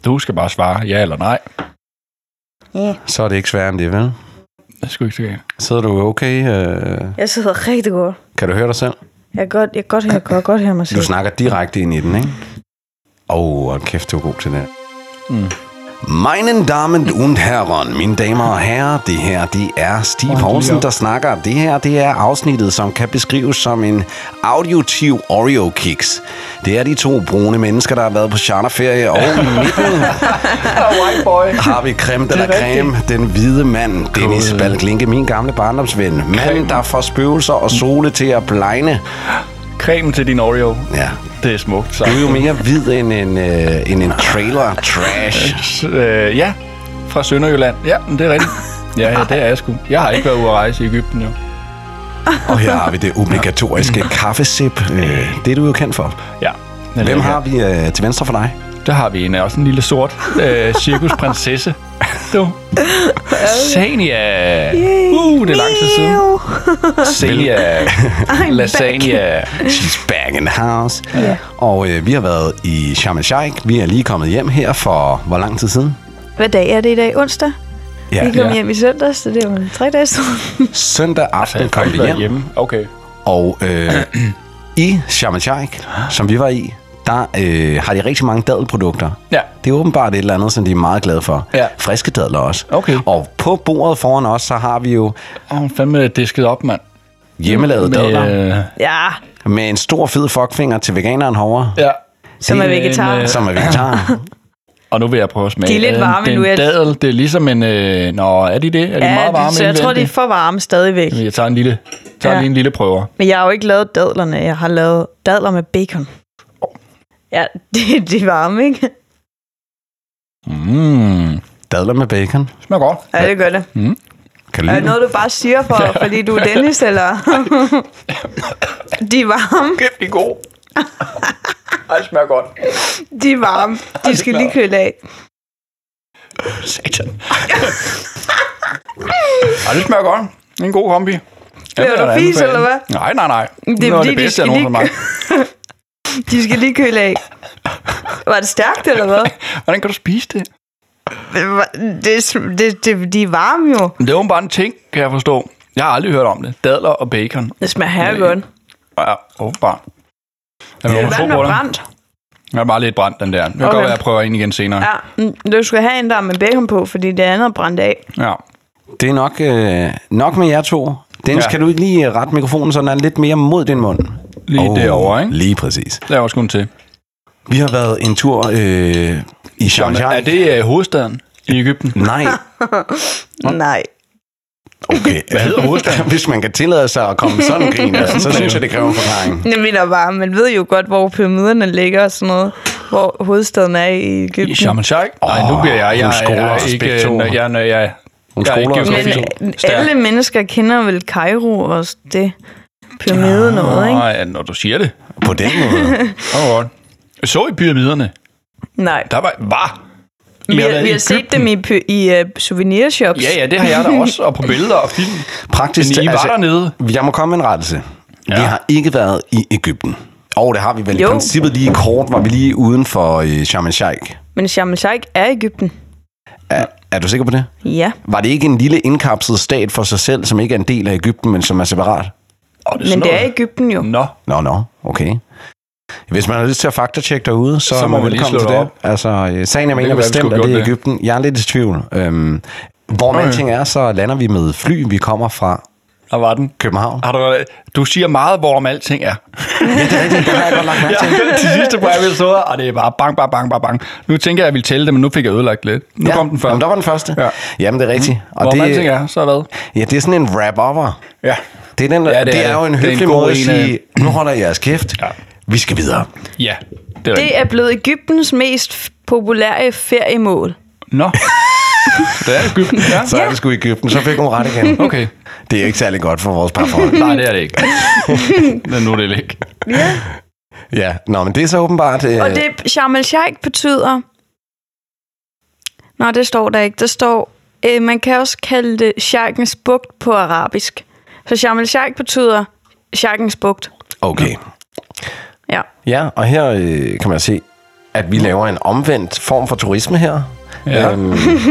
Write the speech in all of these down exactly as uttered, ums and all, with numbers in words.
Du skal bare svare ja eller nej. Ja. Så er det ikke sværere end det, vel? Det er sgu ikke sikkert. Sidder du okay? Øh... Jeg sidder rigtig godt. Kan du høre dig selv? Jeg kan godt, jeg kan godt, jeg kan godt høre mig selv. Du snakker direkte ind i den, ikke? Åh, oh, kæft, du er god til det. Mm. Meine Damen und Herren, mine damer og herrer, det her, det er Stig Poulsen, der snakker. Det her, det er afsnittet, som kan beskrives som en auditiv Oreo-kiks. Det er de to brune mennesker, der har været på charterferie, og i midten har vi creme de la creme, den hvide mand, Dennis Balklinke, min gamle barndomsven. Manden, der får spøgelser og sole til at blegne. Cremen til din Oreo. Ja. Det er smukt. Så. Du er jo mere hvid end en, øh, end en trailer trash. øh, ja, fra Sønderjylland. Ja, det er rigtigt. Ja, ja, det er jeg sgu. Jeg har ikke været ude at rejse i Egypten, jo. Og her har vi det obligatoriske kaffesip. Øh, det er du jo kendt for. Ja. Hvem har vi øh, til venstre for dig? Der har vi en, også en lille sort øh, cirkusprinsesse. Du. Sania. Uh, det er lang tid siden. Sania. Lasagna. She's back in the house. Yeah. Og øh, vi har været i Sharm el-Sheikh. Vi er lige kommet hjem her for hvor lang tid siden? Hvad dag er det i dag? Onsdag? Ja. Vi kom Ja. hjem i søndag, så det var tre dage siden. Søndag aften kom vi hjem. hjemme. Okay. Og øh, i Sharm el-Sheikh, som vi var i, der øh, har de rigtig mange dadelprodukter. Ja. Det er åbenbart et eller andet, som de er meget glade for. Ja. Friske dadler også. Okay. Og på bordet foran os, så har vi jo Åh, oh, fandme disket op, mand. hjemmelavede dadler. øh, Ja, Med en stor fed fuckfinger til veganeren herovre. ja. som er Det vegetar. en, øh, Som er vegetar. Og nu vil jeg prøve at smage. De er lidt varme det er nu, en jeg- dadel. Det er ligesom en... Øh, nå, er de det? Er de ja, meget varme så jeg tror, de er indvendigt? for varme stadigvæk. Jeg tager en lille, tager Ja. lige en lille prøver. Men jeg har jo ikke lavet dadlerne. Jeg har lavet dadler med bacon. Ja, det, det er varme, ikke? Mm. Dadler med bacon. Smager godt. Ja, det gør det. Mm. Kan du Er lide det noget, du bare siger, for, fordi du er Dennis, eller? De er varme. Kæft, de er gode. Ej, det smager godt. De er varme. De skal lige køle af. Satan. Ej, det smager godt. Det er en god kombi. Bliver du fis, eller hvad? Nej, nej, nej. Det Det er er noget af fordi, det de bedste, jeg skal nogensinde har lige- De skal lige køle af. Var det stærkt, eller hvad? Hvordan kan du spise det? Det, det, det, de er varme jo. Det er åbenbart en ting, kan jeg forstå. Jeg har aldrig hørt om det. Dadler og bacon. Det smager her godt. Ja, åbenbart. Er Det der er nogen, der vand tror med på det? brændt. Jeg er bare lidt brændt, den der. Det kan Okay. godt være, at jeg prøver ind igen senere. Ja, mm, du skal have en der med bacon på, fordi det andet er brændt af. Ja. Det er nok, øh, nok med jer to. Dennis, Ja. kan du ikke lige rette mikrofonen, så den er lidt mere mod din mund? Lige Åh, derovre, ikke? Lige præcis. Det er også kun til. Vi har været en tur øh, i Sharm Jamen, er el-Sheikh. det uh, hovedstaden i Egypten? Nej, Nej. okay. Hvad hedder hovedstaden? Hvis man kan tillade sig at komme sådan en grin, altså, så synes jeg, det kræver en forklaring. Jeg mener bare, man ved jo godt, hvor pyramiderne ligger og sådan noget. Hvor hovedstaden er i Egypten. I Sharm el-Sheikh? Nej, nu bliver jeg... hun Jeg, jeg, skoler jeg, os ikke... begge to. Jeg, jeg, jeg, jeg, Hun jeg er skoler ikke os geografi. begge Men stærk. alle mennesker kender vel Kairo og det pyramide noget, ikke? Nej, når du siger det. På den måde. Åh, godt. Så i pyramiderne. Nej. Der var... Hvad? I Vi har, været vi i har set Egypten? dem i, py- i uh, souvenirshops. Ja, ja, det har jeg da også. Og på billeder og film. Praktisk Men I var altså, dernede. Jeg må komme med en rettelse. Ja. Vi Ja. har ikke været i Egypten. Og det har vi vel Jo. i princippet lige kort, var vi lige uden for øh, Sharm el-Sheikh. Men Sharm el-Sheikh er Egypten. Er, er du sikker på det? Ja. Var det ikke en lille indkapslet stat for sig selv, som ikke er en del af Egypten, men som er separat? Oh, Men det er Egypten jo. Nå. Nå, nå, okay. Hvis man har lyst til at faktatjekke derude, så, Så er må man man lige velkommen slå til det det. Altså, øh, sagen jeg mener kan være, vi bestemt, skulle at det er gjort det. Egypten. Jeg er lidt i tvivl. Øhm, hvor man Okay. ting er, så lander vi med fly. Vi kommer fra Der var den. København. Har du, du siger meget, hvorom alting er. Ja, det er rigtigt. Det har jeg godt lagt mærke Jeg til. har hørt de sidste par episoder, og det er bare bang, bang, bang, bang, bang. Nu tænker jeg, at jeg ville tælle det, men nu fik jeg ødelagt lidt. Nu kom den Jamen, først. der var den første. Ja. Jamen, det er rigtigt. Og Hvorom det, alting er, så hvad? ja, det er sådan en wrap-over. Ja. Det er, den, Ja, ja, det det, er det er det. jo en Det er en høflig god måde at en af- sige, nu holder jeg jeres kæft. Ja. Vi skal videre. Ja, det er Det er blevet Egyptens mest f- populære feriemål. Nå. Det er Egypten, ja. Så er det sgu Egypten. Så fik hun ret igen. Okay. Det er ikke særlig godt for vores parforhold. Nej, det er det ikke. Men nu er det ikke. Ja. Ja, nå, men det er så åbenbart... Øh, Og det Sharm el-Sheikh betyder... Nå, det står der ikke. Der står... Øh, man kan også kalde det Sheikhens bugt på arabisk. Så Sharm el-Sheikh betyder Sheikhens bugt. Okay. Ja. Ja, og her øh, kan man se, at vi laver en omvendt form for turisme her. Ja. Øhm,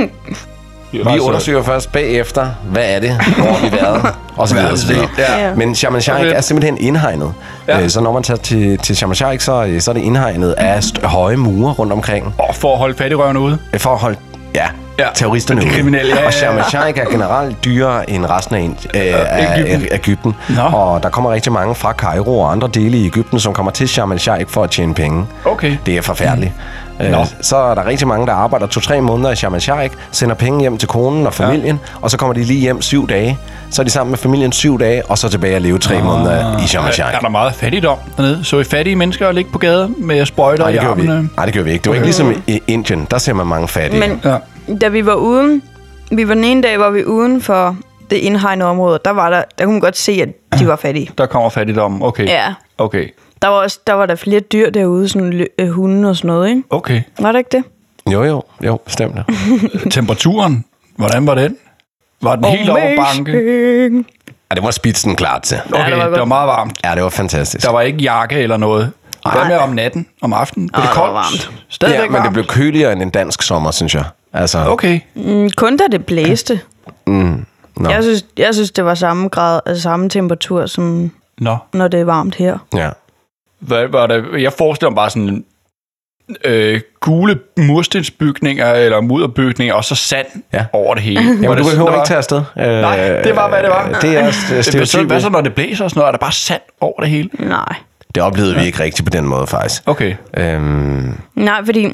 vi undersøger først bagefter, hvad er det, hvor har vi været, og så videre, og så videre. Ja. Men Sharm el-Sheikh er simpelthen indhegnet. Ja. Så når man tager til, til Sharm el-Sheikh, så, så er det indhegnet af st- høje mure rundt omkring. Og for at holde fattigrøvene ude. For at holde, ja, ja. terroristerne ude. Kriminelle, ja, ja, ja. Og Sharm el-Sheikh er generelt dyrere end resten af, øh, af Egypten. Egypten. Og der kommer rigtig mange fra Kairo og andre dele i Egypten, som kommer til Sharm el-Sheikh for at tjene penge. Okay. Det er forfærdeligt. Mm. No. Så er der rigtig mange, der arbejder to-tre måneder i Sharm el-Sheikh, sender penge hjem til konen og familien, ja. og så kommer de lige hjem syv dage. Så er de sammen med familien syv dage, og så tilbage og leve tre ah. måneder i Sharm el-Sheikh. Er der meget fattigdom dernede? Så I fattige mennesker ligge på gaden med sprøjter i armene? Nej, det gør vi ikke. Det var ikke ligesom i Indien. Der ser man mange fattige. Men ja. da vi var uden, vi var den ene dag, hvor vi uden for det indhegnede område, der var der, der kunne man godt se, at de var fattige. Der kommer fattigdom, okay. Ja. Okay. Der var også der var der flere dyr derude, sådan øh, hunde og sådan noget, ikke? Okay. Var det ikke det? Jo, jo, jo, bestemt. Temperaturen, hvordan var den? Var den helt over banke? Ja, det var spidsen klart til. Okay, ja, det, var det var meget varmt. Ja, det var fantastisk. Der var ikke jakke eller noget. Hvad med om natten, om aftenen? Blev det koldt? Varmt. Stadigvæk ja, men varmt. det blev køligere end en dansk sommer, synes jeg. Altså, okay. Mm, kun da det blæste. Mm, no. jeg, synes, jeg synes, det var samme grad, altså samme temperatur, som no. når det er varmt her. Ja. Hvad var det? Jeg forestiller mig bare sådan øh, gule murstensbygninger eller mudderbygninger, og så sand ja. over det hele. Jamen, du behøver ikke tage afsted. Nej, det var, hvad det var. Det er stereotypisk. Hvad så, når det blæser og sådan noget? Er der bare sand over det hele? Nej. Det oplevede ja. vi ikke rigtigt på den måde, faktisk. Okay. Øhm. Nej, fordi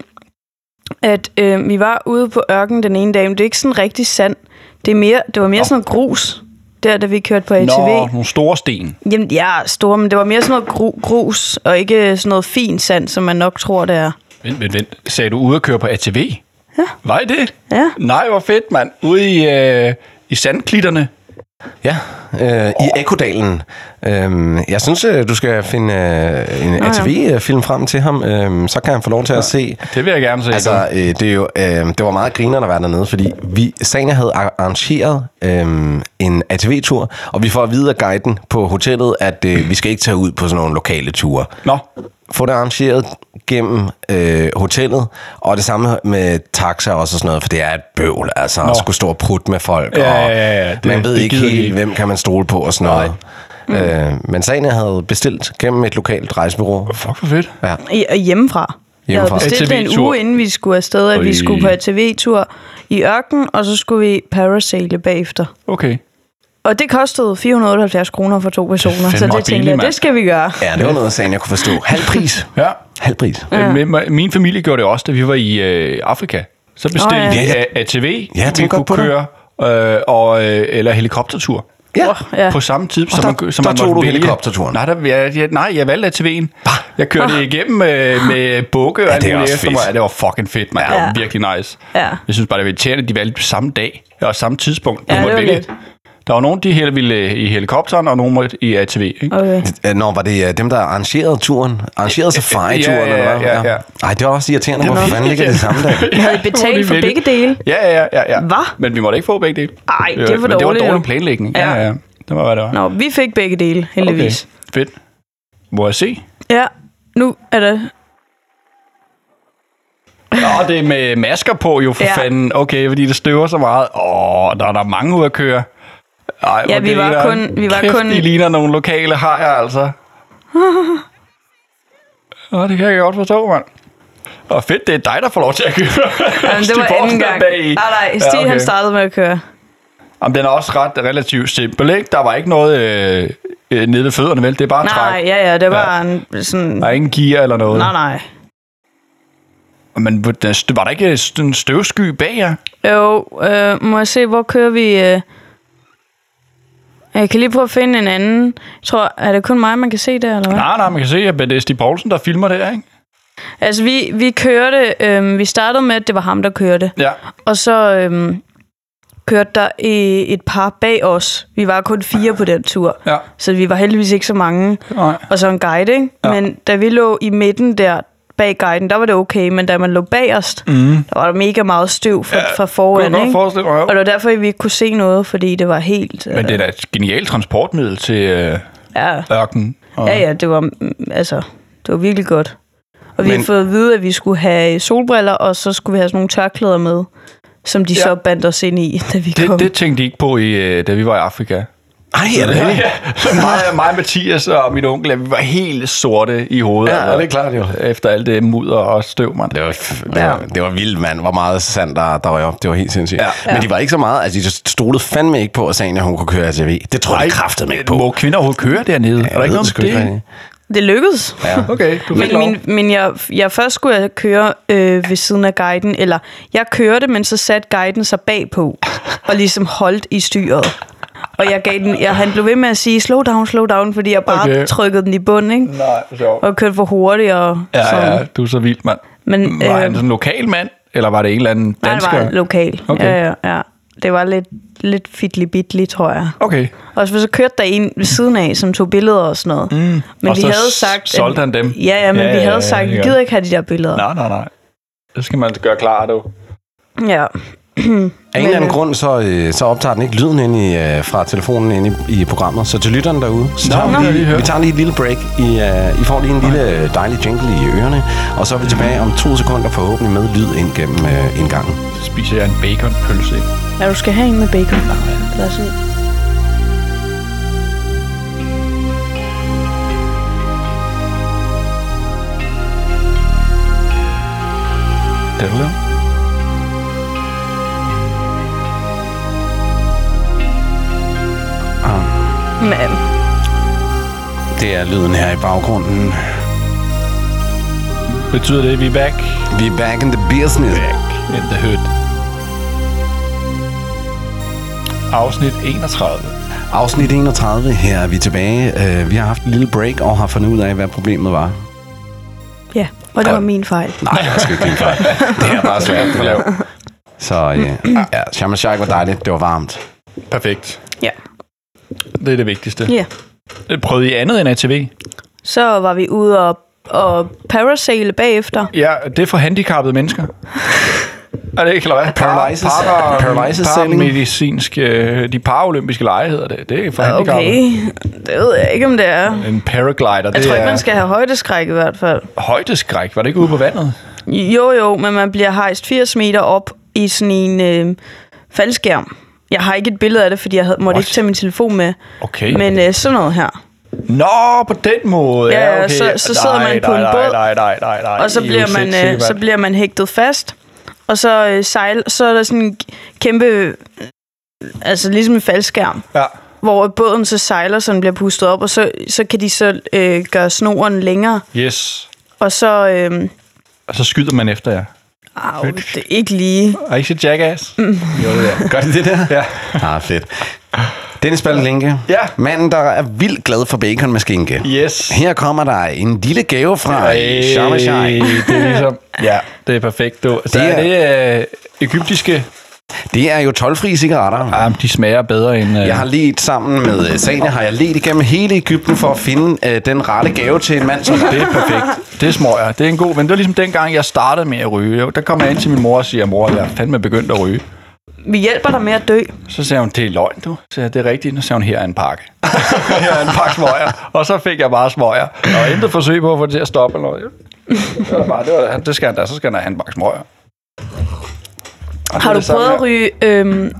at øh, vi var ude på ørken den ene dag, men det er ikke sådan rigtig sand. Det, er mere, det var mere oh. sådan noget grus, der da vi kørte på A T V. Nå, nogle store sten. Jamen, ja, store, men det var mere sådan noget gru, grus, og ikke sådan noget fint sand, som man nok tror, det er. Vent, vent, vent. Sagde du ude at køre på A T V? Ja. Var I det? Ja. Nej, hvor fedt, mand. Ude i, øh, i sandklitterne. Ja, øh, i Ekkodalen. Øh, jeg synes, du skal finde øh, en A T V-film frem til ham, øh, så kan han få lov til at se. Det vil jeg gerne se. Altså, øh, det, er jo, øh, det var meget grinerende at være dernede, fordi vi, Sanja havde arrangeret øh, en A T V-tur, og vi får at vide af guiden på hotellet, at øh, vi skal ikke tage ud på sådan nogle lokale ture. Nå. Få det arrangeret gennem øh, hotellet, og det samme med taxa også og sådan noget, for det er et bøvl, altså Nå. at skulle stå og prutte med folk, ja, og ja, ja, det, man ved det ikke helt, ikke. hvem kan man stole på og sådan noget. Mm. Øh, men Sanja havde bestilt gennem et lokalt rejsebureau. Fuck, hvor fedt. Ja. I, hjemmefra. hjemmefra. Jeg havde bestilt en uge, inden vi skulle afsted, at Oi. vi skulle på A T V-tur i ørken, og så skulle vi parasaile bagefter. Okay. Og det kostede fire hundrede og otteoghalvfjerds kroner for to personer, så det tænkte jeg, det skal vi gøre. Ja, det var noget, Sanja kunne forstå. Halv pris. Ja. Halv pris. Ja. Min familie gjorde det også, da vi var i øh, Afrika. Så bestilte oh, ja. vi A T V, ja, vi kunne køre, øh, og, øh, eller helikoptertur. Ja. Oh, ja. På samme tid, som der, man, som der man tog du helikopterturen. Nej, der, jeg, jeg, nej, jeg valgte A T V'en. Jeg kørte oh. igennem med, med bukke og ja, alt det muligt efter mig. Ja, det var fucking fedt, man. Ja. Det var virkelig nice. Ja. Jeg synes bare, det var irriterende, at de valgte samme dag og samme tidspunkt. Ja, det var lidt. Der var nogen, de hele ville i helikopteren, og nogen i A T V. Ikke? Okay. Nå, var det dem, der arrangerede turen? Arrangerede safari-turen, ja, ja, eller hvad? Ja, ja. Ej, det var også irriterende, hvorfor fanden ligger det samme dag? Vi havde betalt for begge dele. Ja, ja, ja. ja. Hvad? Men vi måtte ikke få begge dele. Nej, det var dårligt. Men det var dårlig planlægning. Ja, ja. Det var, hvad det var. Nå, vi fik begge dele, heldigvis. Okay. Fedt. Må jeg se? Ja, nu er det... Nå, det er med masker på jo, for ja. fanden. Okay, fordi det støver så meget. Åh, der er der mange ude at køre. Ej, ja, vi var kun... Vi var Kæft, kun... de ligner nogle lokale hajer, altså. Åh, det kan jeg godt forstå, mand. Og fedt, det er dig, der får lov til at køre. Jamen, det var anden gang. Nej, nej, Stig, ja, okay. han startede med at køre. Jamen, den er også ret relativt simpel, ikke? Der var ikke noget øh, øh, nede ved fødderne, vel? Det er bare nej, træk. Nej, ja, ja, det var ja. en sådan... Der er ingen gear eller noget. Nej, nej. Men var der ikke en støvsky bag jer? Jo, øh, må jeg se, hvor kører vi... Øh... Jeg kan lige prøve at finde en anden. Jeg tror, er det kun mig, man kan se der, eller hvad? Nej, nej, man kan se, at det er Stig Poulsen, der filmer det her, ikke? Altså, vi, vi kørte... Øh, vi startede med, at det var ham, der kørte. Ja. Og så øh, kørte der et, et par bag os. Vi var kun fire på den tur. Ja. Så vi var heldigvis ikke så mange. Nej. Og så en guide, ikke? Ja. Men da vi lå i midten der, bag guiden, der var det okay, men da man lå bagerst, mm. der var der mega meget støv fra, ja, fra foran, ikke? Mig, ja. Og det var derfor, vi ikke kunne se noget, fordi det var helt... Men det er da et genialt transportmiddel til øh, ja. ørken. Og... Ja, ja, det var, altså, det var virkelig godt. Og vi Men... har fået at vide, at vi skulle have solbriller, og så skulle vi have sådan nogle tørklæder med, som de ja. så bandt os ind i, da vi kom. Det, det tænkte de ikke på, i, da vi var i Afrika. Ej, er det ja, så mig, mig, Mathias og min onkel, vi var helt sorte i hovedet. Ja, det er klart jo. Efter alt det mudder og støv, man. Det var, det, ja. var, det var vildt, mand. Hvor meget sand der, der var op. Det var helt sindssygt. Ja. Men de var ikke så meget. Altså, de stolede fandme ikke på, at sagen, at hun kunne køre A T V. Det tror jeg de kraftede ikke på. Må kvinder overhovedet køre dernede? Ja, er der ikke noget om det? Det lykkedes. Ja. Okay, du men, min, men jeg, jeg først skulle jeg køre øh, ved siden af guiden, eller jeg kørte, men så satte guiden sig bagpå, og ligesom holdt i styret. Og jeg gav den, jeg, han blev ved med at sige, slow down, slow down, fordi jeg bare okay. trykkede den i bunden, ikke? Nej, sjovt. Og kørte for hurtigt og ja, sådan. Ja, du er så vildt, mand. Men, var øh, han sådan en lokal mand, eller var det en eller anden dansker? Nej, det var lokal. Okay. Ja, ja, ja. Det var lidt, lidt fitli-bitli, tror jeg. Okay. Og så kørte der en ved siden af, som tog billeder og sådan noget. Mm. Men og vi så havde sagt, solgte han dem? Ja, ja, men ja, vi havde ja, sagt, vi gider ikke have de der billeder. Nej, nej, nej. Det skal man gøre klar, du. Ja. Af en eller anden grund, så, øh, så optager den ikke lyden ind i, øh, fra telefonen ind i, i programmet. Så til lytterne derude, så tager Nå, vi, vi, vi tager lige et lille break. I, uh, I får lige en lille dejlig jingle i ørerne. Og så er vi tilbage om to sekunder forhåbentlig med lyd ind gennem uh, indgangen. Så spiser jeg en baconpølse ind. Ja, du skal have en med bacon. Lad os se. Det er du lavet? Men. Det er lyden her i baggrunden. Betyder det, at vi er back? Vi er back in the business. Back in the hood. Afsnit enogtredive. Afsnit enogtredive. Her er vi tilbage. Uh, vi har haft en lille break og har fundet ud af, hvad problemet var. Ja, og det var min fejl. Nej, det var sgu ikke min fejl. Det er bare svært at lave. Så uh, ja, Sharm el-Sheikh var dejligt. Det var varmt. Perfekt. Ja. Det er det vigtigste. Ja. Prøvede I andet end A T V? Så var vi ude og, og parasaile bagefter. Ja, det er for handicappede mennesker. Er det ikke, eller hvad? Paralysis. Para, paralysis paramedicinsk, de paralympiske lege hedder det. Det er for handicappede. Okay, det ved jeg ikke, om det er. En paraglider, jeg det Jeg tror ikke, er... man skal have højdeskræk i hvert fald. Højdeskræk? Var det ikke ude på vandet? Jo, jo, men man bliver hejst firs meter op i sådan en øh, faldskærm. Jeg har ikke et billede af det, fordi jeg havde, måtte What? ikke tage min telefon med. Okay. Men øh, sådan noget her. Nå, på den måde. Ja, ja okay. så, så sidder nej, man på nej, en båd, nej, nej, nej, nej. og så bliver, man, øh, så bliver man hægtet fast. Og så øh, sejl, så er der sådan en kæmpe, øh, altså ligesom en faldskærm, ja. hvor båden så sejler, så den bliver pustet op, og så, så kan de så øh, gøre snoren længere. Yes. Og så... Øh, og så skyder man efter jer. Au, det er ikke lige. Er I ikke så Jackass? Mm. Jo, det er. Gør de det der? Ja. Ah, fedt. Dennis Ballinke. Ja. Manden, der er vildt glad for bacon med skinke. Yes. Her kommer der en lille gave fra hey, Sharm el-Sheikh. Det er ligesom... Ja, det er perfekt. Du. Så det er, er det øh, egyptiske... Det er jo toldfri cigaretter. Ja, de smager bedre end... Øh... Jeg har ledt sammen med Sane, har jeg ledt igennem hele Egypten for at finde øh, den rette gave til en mand som dig. Det er perfekt. Det smår jeg. Det er en god ven. Det var ligesom dengang, jeg startede med at ryge. Der kommer jeg ind til min mor og siger, mor, jeg er fandme begyndt at ryge. Vi hjælper dig med at dø. Så sagde hun, det er løgn, du. Så sagde jeg, det er rigtigt. Så sagde hun, her er en pakke. Her er en pakke smøger. Og så fik jeg bare smøger. Og intet forsøg på at få det til at stoppe eller noget. Det var bare, det, var, det skal han da. Så skal han have en pakke smøger. Har du prøvet at ryge øhm,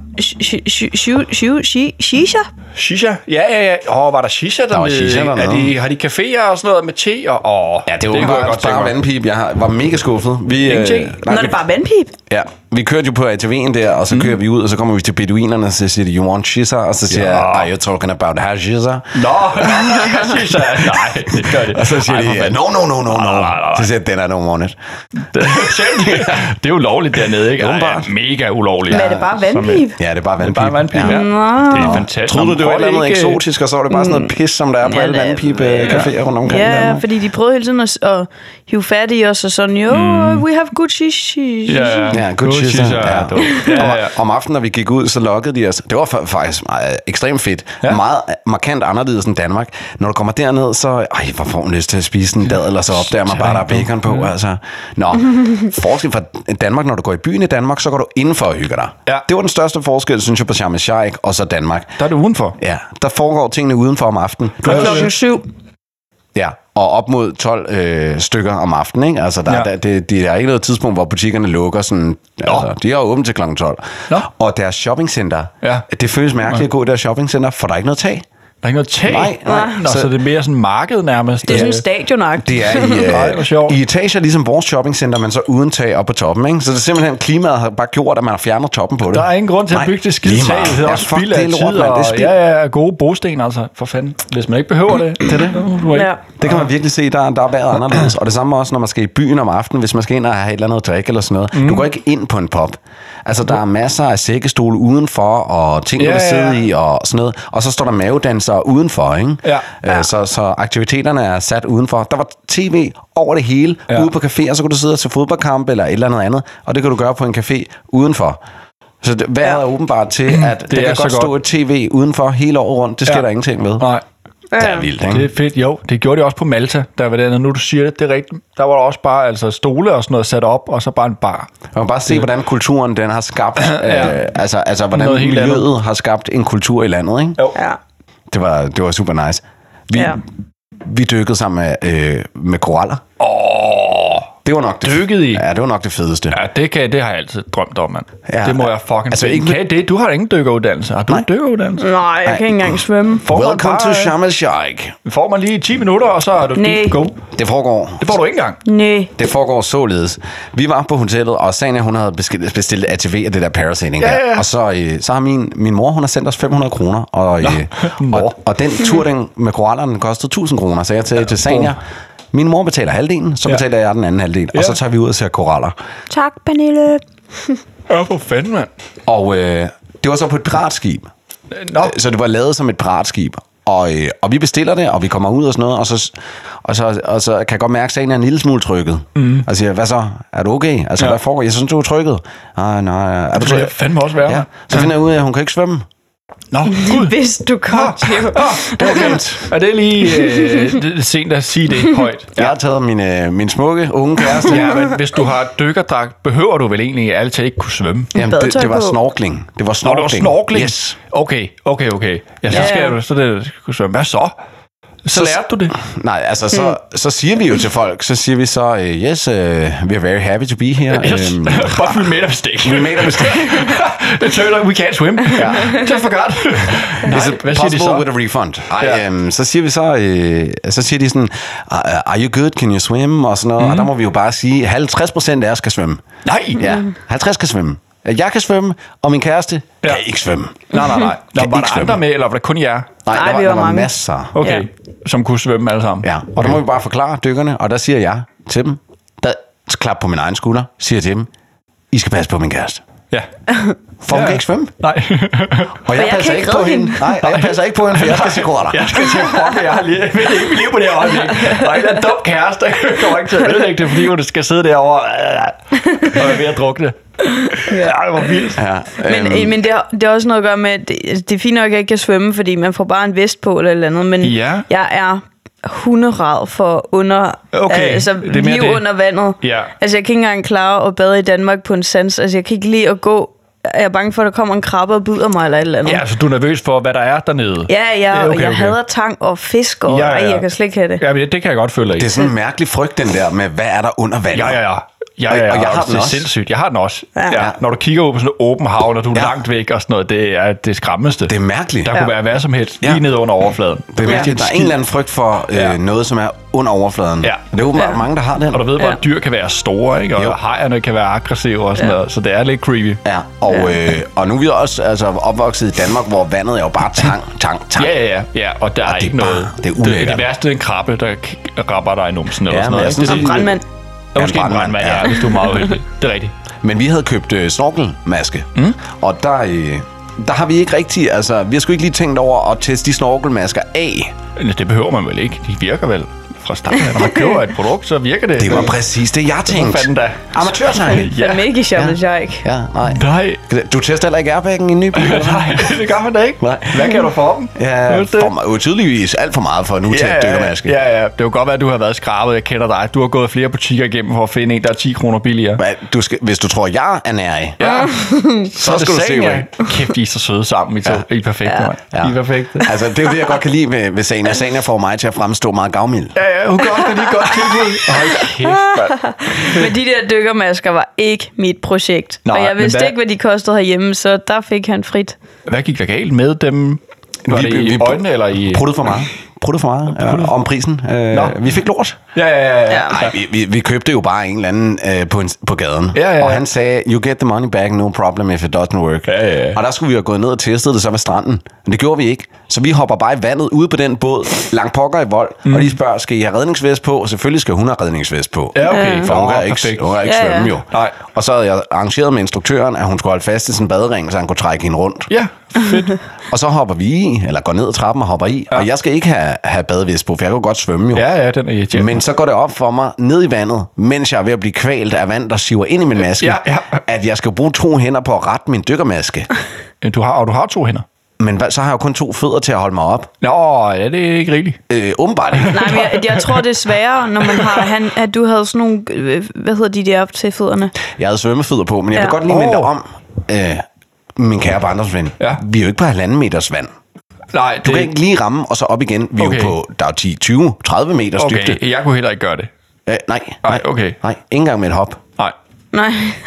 shisha? Shisha? Ja, ja, ja. Åh, var der shisha dernede? Der var shisha dernede. Er de, har de caféer og sådan noget med te? Og, åh, ja, det var det bare, godt bare vandpip. Jeg var mega skuffet. Vi, øh, nej, Nå, det er bare vandpip? Ja, vi kørte jo på A T V'en der, og så mm. kører vi ud, og så kommer vi til beduinerne, og så siger de, you want shisha? Og så siger ja. jeg, are you talking about hashisha? Nå, shisha. Nej, det gør det. Og så siger de, no, no, no, no, no. Så siger jeg, den er no want it. Det er jo lovligt dernede, ikke? Det er mega ulovligt. Men er det bare vandpip? Ja, det er bare vandpip. Det er bare vandpip, ja. Det er fantastisk. Troede du, det var et eller andet eksotisk, og så var det bare sådan noget pis, som der er på alle vandpip-caféer rundt omkring? Ja, fordi de prøvede hele tiden at hive fat i os og sådan, jo, we have good shisha. Ja, good shisha. Om aftenen, når vi gik ud, så lokkede de os. Det var faktisk ekstremt fedt. Meget markant anderledes end Danmark. Når du kommer derned, så ej, hvor får man lyst til at spise en dadel, og så opdager man bare, der er bacon på. Altså. Nå, forskel fra Danmark, når du går i byen i Danmark, så går du indenfor og hygger dig. Ja. Det var den største forskel, synes jeg, på Sharm el-Sheikh og så Danmark. Der er du udenfor. Ja, der foregår tingene udenfor om aftenen. Du klokken syv. Ja, og op mod tolv øh, stykker om aftenen, ikke? Altså, der, ja. der, det, det er ikke noget tidspunkt, hvor butikkerne lukker sådan... Altså, de er åbent til klokken tolv. Nå. Og deres shoppingcenter, ja. det føles mærkeligt at gå i deres shoppingcenter, for der er ikke noget tag. Der er ikke noget tag? Nej, nej. Nå, så, så det er mere sådan marked nærmest? Det er sådan stadionagt. Det er i, øh, i etager, ligesom vores shoppingcenter, men så uden tag op på toppen, ikke? Så det er simpelthen, klimaet har bare gjort, at man har fjernet toppen på det. Der er ingen grund til at bygge det skide tag. Det er også spild af tid, og ja, ja, gode brosten, altså, for fanden. Hvis man ikke behøver det. Det er det. Ja. Det kan man virkelig se, der, der er været anderledes. Og det samme også, når man skal i byen om aftenen, hvis man skal ind og have et eller andet drik eller sådan noget. Mm. Du går ikke ind på en pub. Altså, der er masser af sækkestole udenfor, og ting, du kan sidde ja, ja. i, og sådan noget. Og så står der mavedansere udenfor, ikke? Ja. Ja. Så, så aktiviteterne er sat udenfor. Der var tv over det hele, ja. ude på caféer, så kunne du sidde og se fodboldkamp eller et eller andet andet, og det kan du gøre på en café udenfor. Så det, vejret ja. er åbenbart til, at det der kan godt stå et tv udenfor hele året rundt. Det sker ja. der ingenting ved. Nej. Det er vildt, ikke? Det er fedt, jo. Det gjorde de også på Malta, der var det, nu du siger det, det er rigtigt. Der var der også bare altså, stole og sådan noget sat op, og så bare en bar. Man kan bare se, hvordan kulturen den har skabt, ja. øh, altså, altså hvordan miljøet har skabt en kultur i landet, ikke? Jo. Ja. Det var, det var super nice. Vi, ja. vi dykkede sammen med, øh, med koraller. Åh, det var nok det. Dykket i? Ja, det var nok det fedeste. Ja, det, kan, det har jeg altid drømt om, mand. Ja. Det må jeg fucking... Altså, ikke kan det? Du har ingen dykkeruddannelse. Har du en dykkeruddannelse? Nej, jeg Nej. kan ikke engang svømme. Får Welcome to Sharm el-Sheikh. Får man lige ti minutter, og så er du Nej. go. Det foregår. Det får du ikke engang. Nej. Det foregår således. Vi var på hotellet, og Sanja, hun havde bestilt, bestilt A T V af det der parasailing ja, ja. der. Og så, øh, så har min, min mor, hun har sendt os fem hundrede kroner. Og, øh, og, og den tur den med korallerne kostede tusind kroner. Så jeg til, ja, til Sanja, min mor betaler halvdelen, så betaler ja. jeg den anden halvdel. Ja. Og så tager vi ud og ser koraller. Tak, Pernille. Ja, for fanden, mand. Og øh, det var så på et piratskib. Nå. Så det var lavet som et piratskib. Og, øh, og vi bestiller det, og vi kommer ud og sådan noget, og så, og så, og så kan jeg godt mærke, at sagen er en lille smule trykket. Mm. Og siger, hvad så? Er du okay? Altså, ja. hvad foregår? Jeg synes, du er trykket. Nej, nej. Er du trykket? Det fandme også være. Ja. Så finder jeg ud af, at hun kan ikke svømme. Nå, Gud. Hvis du godt, jo. Det er glemt. Er det lige øh, det er sent at sige det højt? Jeg har taget min, øh, min smukke unge kæreste. Ja, men hvis du har dykkerdragt, behøver du vel egentlig altid ikke kunne svømme? Jamen, det, det var snorkling. Det var snorkling. Nå, det var snorkling? Yes. Okay, okay, okay. Ja, så ja, skal ja. du så det kunne svømme. Hvad så? Så, så lærte du det? Nej, altså, så, mm. så siger vi jo til folk, så siger vi så, uh, yes, uh, we're very happy to be here. Yes, um, but we made a mistake. We made a mistake. It turned out we can't swim. Ja. Just forgot. Nej, is it possible with a refund? Ej, um, så siger vi så, uh, så siger de sådan, are you good, can you swim? Og sådan noget, mm. og der må vi jo bare sige, halvtreds procent af os kan svømme. Nej. Ja, halvtreds kan svømme. Jeg kan svømme, og min kæreste ja. kan ikke svømme. Nej, nej, nej. Der var der andre med, eller var det kun jer? Nej, nej der var, vi var, der var mange. masser. Okay, ja. Som kunne svømme alle sammen. Ja, og okay. Der må vi bare forklare dykkerne, og der siger jeg til dem, der klap på min egen skulder, siger til dem, I skal passe på min kæreste. Ja. For hun ja. kan ikke svømme. Nej. Og jeg, jeg passer ikke på hende. Nej, og jeg passer ikke på hende, for jeg skal se koraller. Jeg skal til fuck, jeg har lige, jeg vil ikke blive på det her øjeblik. Og en dum kæreste, der kommer ikke til at ødelægge det, fordi hun skal sidde derovre og er ved at drukne. Ja, det var vildt. Ja, men øhm. men det, har, det har også noget at gøre med, at det, det er fint nok, at jeg ikke kan svømme, fordi man får bare en vest på eller et eller andet, men ja. jeg er hunderad for under, okay. altså liv under vandet. Ja. Altså jeg kan ikke engang klare at bade i Danmark på en sands. Altså jeg kan ikke lide at gå. Jeg er bange for, at der kommer en krabbe og bider mig eller et eller andet. Ja, så du er nervøs for, hvad der er dernede. Ja, ja, ja okay, og jeg okay. hader tang og fisk, og ja, ja. Ej, jeg kan slet ikke have det. Ja, men det kan jeg godt føle dig i. Det er sådan en mærkelig frygt, den der med, hvad er der under vandet? Ja, ja, ja. Ja, ja, ja, og jeg har og den det er også. sindssygt. Jeg har den også. Ja. Ja. Når du kigger ud på sådan en åben hav, når du er ja. langt væk og sådan noget, det er det skræmmeste. Det er mærkeligt. Der ja. kunne være hvad som helst lige ja. nede under overfladen. Det er mærkeligt. Der er en eller anden frygt for øh, ja. noget, som er under overfladen. Ja. Det er åbenbart ja. mange, der har den. Og du ved bare, ja. at dyr kan være store, ikke? Og jo. hajerne kan være aggressive og sådan ja. noget. Så det er lidt creepy. Ja, og, øh, og nu er vi også altså, opvokset i Danmark, hvor vandet er jo bare tang, tang, tang. Ja, ja, ja. ja og der og er ikke bare, noget. Det er det, det værste er en krabbe, der rapper dig i numsen eller ja, sådan noget. Det er en brandmand. Ja, måske en brandmand, ja, hvis du er meget uheldig. Det er rigtigt. Men vi havde købt øh, snorkelmaske, mm. og der, øh, der har vi ikke rigtig, altså, vi har sgu ikke lige tænkt over at teste de snorkelmasker af. Det behøver man vel ikke. De virker vel konstant. Når man køber et produkt, så virker det. Det var præcis det, jeg tænkte. Fanden da. Amatørtegning. Ja. Fandme ikke i Shabelshike. Ja, nej. Nej. Du tester heller ikke airbaggen i en ny bil? Nej, det gør man da ikke. Nej. Hvad kan du for dem? Ja, for mig, jo tydeligvis alt for meget for en utæt ja, dykkermaske. Ja, ja. Det kan godt være, at du har været skrabet. Jeg kender dig. Du har gået flere butikker igennem for at finde en, der er ti kroner billigere. Men du skal, hvis du tror, jeg er nærig, Ja. så skal du se, hvad. Kæft, I er så søde sammen. I, to. Ja. I er perfekte, Ja. mand. I er perfekte. Altså, det er jo det, jeg godt kan lide med, med Sania. Sania får mig til at fremstå meget gavmild. Ja, ja, hun kan også godt lide godt tilbud. Hold kæft, mand. Men de der dykkermasker var ikke mit projekt. Nej, og jeg men vidste hvad- ikke, hvad de kostede herhjemme, så der fik han frit. Hvad gik der galt med dem? Var Vi- det i vi- øjnene eller i... Pruttet for meget. Pruttet for meget øh, om prisen. Øh, vi fik lort. Ja, ja, ja. ja. Ja. Nej, vi, vi, vi købte jo bare en eller anden øh, på, en, på gaden. Ja, ja, ja. Og han sagde, you get the money back, no problem if it doesn't work. Ja, ja, ja. Og der skulle vi jo gå ned og teste det så ved stranden. Men det gjorde vi ikke. Så vi hopper bare i vandet ude på den båd, langt pokker i vold, mm. og de spørger, skal I have redningsvest på? Og selvfølgelig skal hun have redningsvest på. Ja, okay. For hun Nå, kan ikke, perfekt. hun kan ikke Ja, ja. svømme jo. Nej. Og så havde jeg arrangeret med instruktøren, at hun skulle holde fast i sin badering, så han kunne trække hende rundt. Ja, fedt. Og så hopper vi i, eller går ned ad trappen og hopper i. Ja. Og jeg skal ikke have, have badevest på, for jeg kan godt svømme jo. Ja, ja, den er irriterende. Men så går det op for mig ned i vandet, mens jeg er ved at blive kvalt af vand, der siver ind i min maske, Ja, ja. at jeg skal bruge to hænder på at rette min dykkermaske. Du har, og du har to hænder. Men hvad, så har jeg jo kun to fødder til at holde mig op. Nå, ja, det er ikke rigtigt. Øh, åbenbart ikke. Nej, men jeg, jeg tror, det er sværere, når man har... Han, at du havde sådan nogle... øh, Hvad hedder de der til fødderne? Jeg havde svømmefødder på, men jeg vil Ja. godt lige minde dig Åh. om, øh, min kære barndomsven. Ja. Vi er jo ikke på halvanden meters vand. Nej, det Du kan ikke lige ramme, og så op igen. Vi er Okay. jo på, der er ti, tyve, tredive meters dybde. Okay, jeg kunne heller ikke gøre det. Øh, nej, Nej, okay. nej, ikke engang med et hop. Nej. Nej.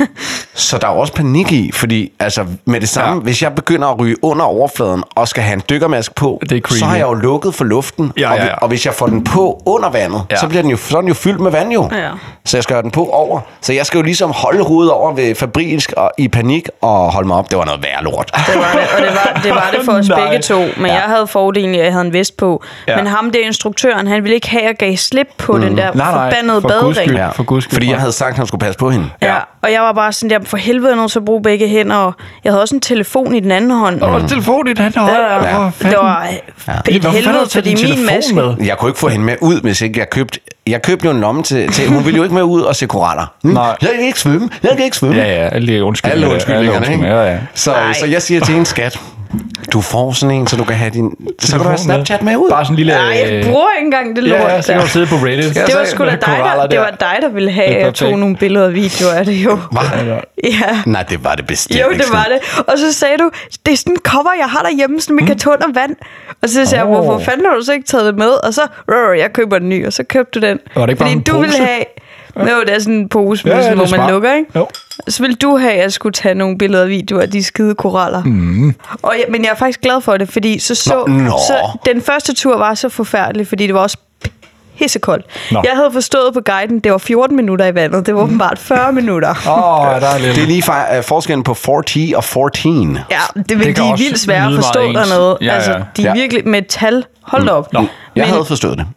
Så der er jo også panik i, fordi altså, med det samme, Ja. ja. hvis jeg begynder at ryge under overfladen og skal have en dykkermaske på, Det er creepy. så har jeg jo lukket for luften. Ja, og, ja, vi- ja. og hvis jeg får den på under vandet, Ja. ja. så bliver den jo, så er den jo fyldt med vand jo. Ja. Så jeg skal have den på over. Så jeg skal jo ligesom holde hovedet over ved fabrilsk og i panik og holde mig op. Det var noget værre lort. Det var det, og det var det, var det for os Nej. begge to. Men ja. jeg havde fordelen, at jeg havde en vest på. Ja. Ja. Men ham, det instruktøren, han ville ikke have, at jeg gav slip på mm. den der Nej, nej, forbandede for guds badering. skyld. Ja. For guds skyld. Fordi jeg havde sagt, at han skulle passe på hende. Ja. Og jeg var bare sådan der, for helvede nødt til at bruge begge hænder. Og jeg havde også en telefon i den anden hånd. Og mm. telefon i den anden hånd. Ja, Åh, det fanden. var Ja. et Hvorfor fanden har helvede, du taget fordi din min telefon maske... med? Jeg kunne ikke få hende med ud, hvis ikke jeg købte... Jeg købte jo en lomme til, til... Hun ville jo ikke med ud og se koraller. Hm? Nej. Jeg kan ikke svømme. Jeg kan ikke svømme. Ja, ja, alle undskyldninger. Alle undskyldningerne, ikke? Ja, ja. Så, Ej. så jeg siger til en skat, du får sådan en, så du kan have din... Så kan du have Snapchat med ud. Bare sådan en lille... Nej, jeg bruger ikke engang det lort Ja, ja, så kan der. du sidde på Reddit. Det var sgu da dig, der, det var dig, der ville have, Det er at jeg tog perfekt. nogle billeder og videoer af det jo. Hvad? Ja. Nej, det var det bestemt Jo, ikke det var det. Og så sagde du, det er sådan en cover, jeg har derhjemme, sådan med karton og vand. Og så sagde jeg, Åh. hvorfor fanden har du så ikke taget det med? Og så, rrr, jeg køber den ny, og så købte du den. Var det ikke bare Fordi en du pose? ville have... Jo, det er sådan en pose, Ja, ja, ja, det er hvor man smart. lukker, ikke? Jo. Så ville du have, at jeg skulle tage nogle billeder og videoer af de skide koraller. Mm. Og jeg, men jeg er faktisk glad for det, fordi så så, Nå, nå. så den første tur var så forfærdelig, fordi det var også pissekoldt. Nå. Jeg havde forstået på guiden, det var fjorten minutter i vandet. Det var åbenbart fyrre minutter. Åh, oh, der er lidt... Det er lige fa- uh, forskellen på fjorten og fjorten. Ja, det, det kan de er også vildt svære at lyde forstå meget ens. dernede. Ja, ja. Altså, de er Ja. virkelig med et tal. Hold da op. Nå. Jeg Men- havde forstået det.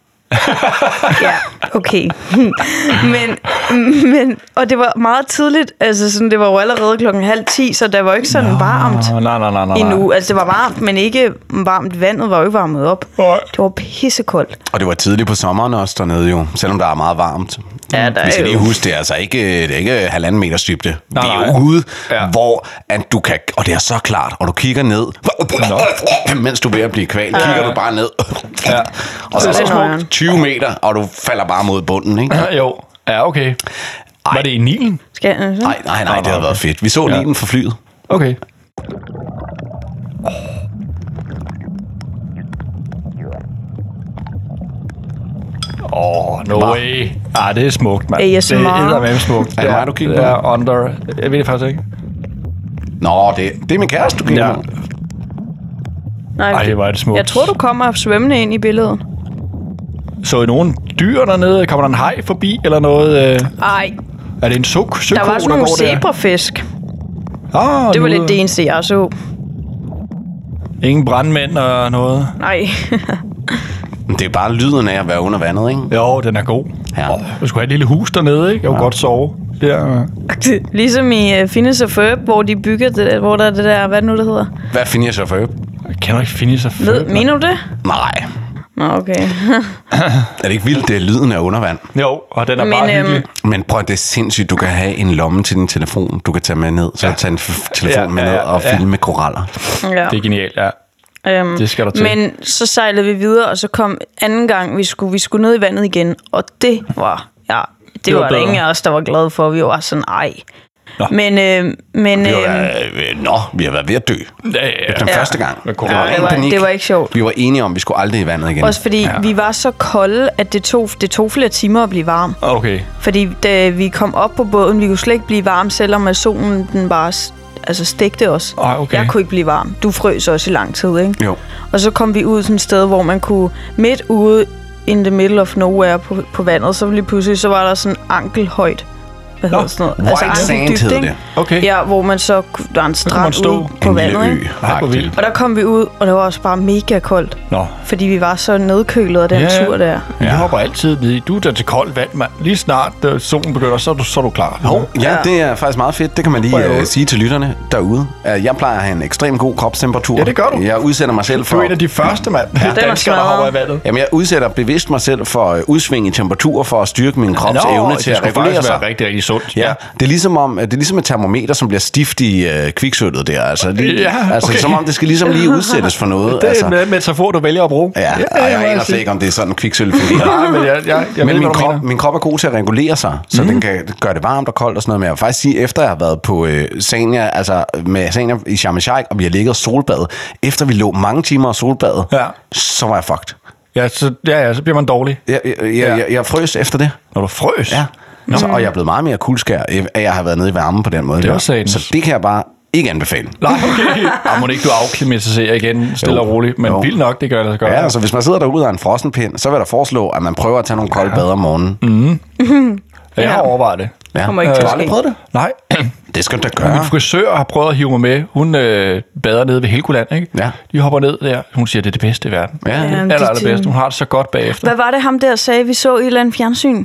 Ja, okay. men, men, og det var meget tidligt, altså sådan, det var jo allerede klokken halv ti, så det var ikke sådan Nå, varmt Nej, nej, nej, nej, nej. endnu. Altså det var varmt, men ikke varmt. Vandet var jo ikke varmet op. Nej. Det var pissekoldt. Og det var tidligt på sommeren også dernede jo, selvom der er meget varmt. Ja, der Vi skal er lige jo- huske, det er altså ikke, det er ikke halvanden meters dybde. Nej, vi er nej. jo ude, Ja. hvor at du kan, og det er så klart, og du kigger ned, mens du er ved at blive kvalt, ja. kigger du bare ned. Ja. Og så er Det er det nøjeren. smukt tyve meter, og du falder bare mod bunden, ikke? Ja, jo. Ja, okay. Ej. Var det i Nilen? Skal jeg, Nej, nej, nej, det havde været fedt. Vi så Ja. lige den fra flyet. Okay. Åh, oh, no way. Ah, det er smukt, mand. A S M R. Det er eddermame smukt. Er det mig, du kigger Det på? er under... Jeg ved det faktisk ikke. Nå, det, det er min kæreste, du kigger Ja. på. Nej, Ej, hvor er det smukt. jeg tror, du kommer svømmende ind i billedet. Så I nogen dyr dernede? Kommer der en haj forbi eller noget? øh? Ej, Er det en søk, søko, der var sådan nogle går der? zebrafisk. Ah, Det var nu- lidt det eneste, jeg så. Ingen brandmænd og noget? Nej. Det er bare lyden af at være under vandet, ikke? Jo, den er god. Ja. Oh, du skulle have et lille hus dernede, ikke? Jeg kunne ja. godt sove. Der. Ligesom i uh, Phineas og Ferb, hvor de bygger det der, hvor der er det der, hvad nu det hedder. Hvad finder jeg så for øb? Jeg kender ikke Phineas og Ferb. Ved, mener du det? Nej. Nå, okay. Er det ikke vildt, det er lyden af undervand? Jo, og den er Men, bare øhm, hyggelig. Men prøv, det er sindssygt, du kan have en lomme til din telefon, du kan tage med ned, så ja. tage en f- telefon Ja, med ja, ned ja, og ja. filme koraller. Ja. Det er genialt, ja. Øhm, Det skal der til. Men så sejlede vi videre, og så kom anden gang, vi skulle, vi skulle ned i vandet igen, og det var, ja, det, det var, var der ingen af os, der var glade for. Vi var sådan, ej. Nå. Men, øh, men Vi øh, var, øh, nå, vi har været ved at dø. Ja, ja, Den ja. første gang. Med Det corona. var det, ren var, panik. det var ikke sjovt. Vi var enige om, at vi skulle aldrig i vandet igen. Også fordi Ja. vi var så kolde, at det tog, det tog flere timer at blive varm. Okay. Fordi da vi kom op på båden, vi kunne slet ikke blive varme, selvom at solen den bare altså, stegte os. Ah, okay. Jeg kunne ikke blive varm. Du frøs også i lang tid, ikke? Jo. Og så kom vi ud sådan et sted, hvor man kunne midt ude in the middle of nowhere på, på vandet, så lige pludselig så var der sådan ankelhøjt. Hvad hedder sådan noget? White sand ankeldybt, hed ikke? det. Okay. Ja, hvor man så der er en man strand stå. ude på En lille vandet, ø. ikke? Nej, hvor vildt. Og der kom vi ud, og det var også bare mega koldt, Nå. fordi vi var så nedkølet af den Ja, ja. tur der. Ja. Jeg hopper altid ned i. Du er der til koldt vand, mand. Lige snart uh, solen begynder, så er du, så er du klar. Hov, ja, Ja. det er faktisk meget fedt. Det kan man lige Prøv. uh, sige til lytterne derude. Uh, jeg plejer at have en ekstremt god kropstemperatur. Ja, det gør du. Jeg udsætter mig selv Du for... er en af de første, mand. Ja, er danskere, der smadret. hopper i vandet. Jamen, jeg udsætter bevidst mig selv for uh, udsving i temperatur for at styrke min krops Nå, evne det til at skulle regulere faktisk sig. være rigtig, rigtig sundt. Ja, det er ligesom om det er ligesom et termometer, som bliver stift i uh, kviksølvet der. Altså, lige, Ja, altså okay. som om det skal ligesom lige udsættes for noget. Det er altså. en metafor, du vælger at bruge. Ja, ja, ja, jeg må aner sige. slet ikke, om det er sådan, kviksølv fungerer. Nej, men jeg, jeg, jeg Men ved, min hvad du krop, mener. min krop er god til at regulere sig, så mm. den kan gøre det varmt og koldt og sådan noget. Men jeg vil faktisk sige, efter jeg har været på øh, Sania, altså med Sania i Sharm el-Sheikh, og vi har ligget og solbadet, efter vi lå mange timer og solbadet, Ja. så var jeg fucked. Ja, så, ja, ja, så bliver man dårlig. Jeg, jeg, jeg, Ja. jeg, jeg frøs efter det. Når du frøs. Ja. Så, og jeg er blevet meget mere kuldskær, af jeg har været nede i varmen på den måde. Det var der. satans. Så det kan jeg bare ikke anbefale. Nej, okay. Ej, må det ikke du afklimatiserer igen, stille Jo. og roligt. Men Jo. vildt nok, det gør det så godt. Ja, altså hvis man sidder derude af en frossenpind, så vil jeg da foreslå, at man prøver at tage nogle kolde bad om morgenen. Mm. Ja, jeg har overvejet det. Ja. Kommer ikke til Du at har aldrig ske. prøvet det? Nej. Det skal du da gøre. Min frisør har prøvet at hive mig med. Hun øh, bader nede ved Helgoland, ikke? Ja. De hopper ned der. Hun siger, det er det bedste i verden. Ja. Ja. Ja, Jamen, aller, det- allerbedst. Hun har det så godt bagefter. Hvad var det ham der sagde, vi så i et eller andet fjernsyn?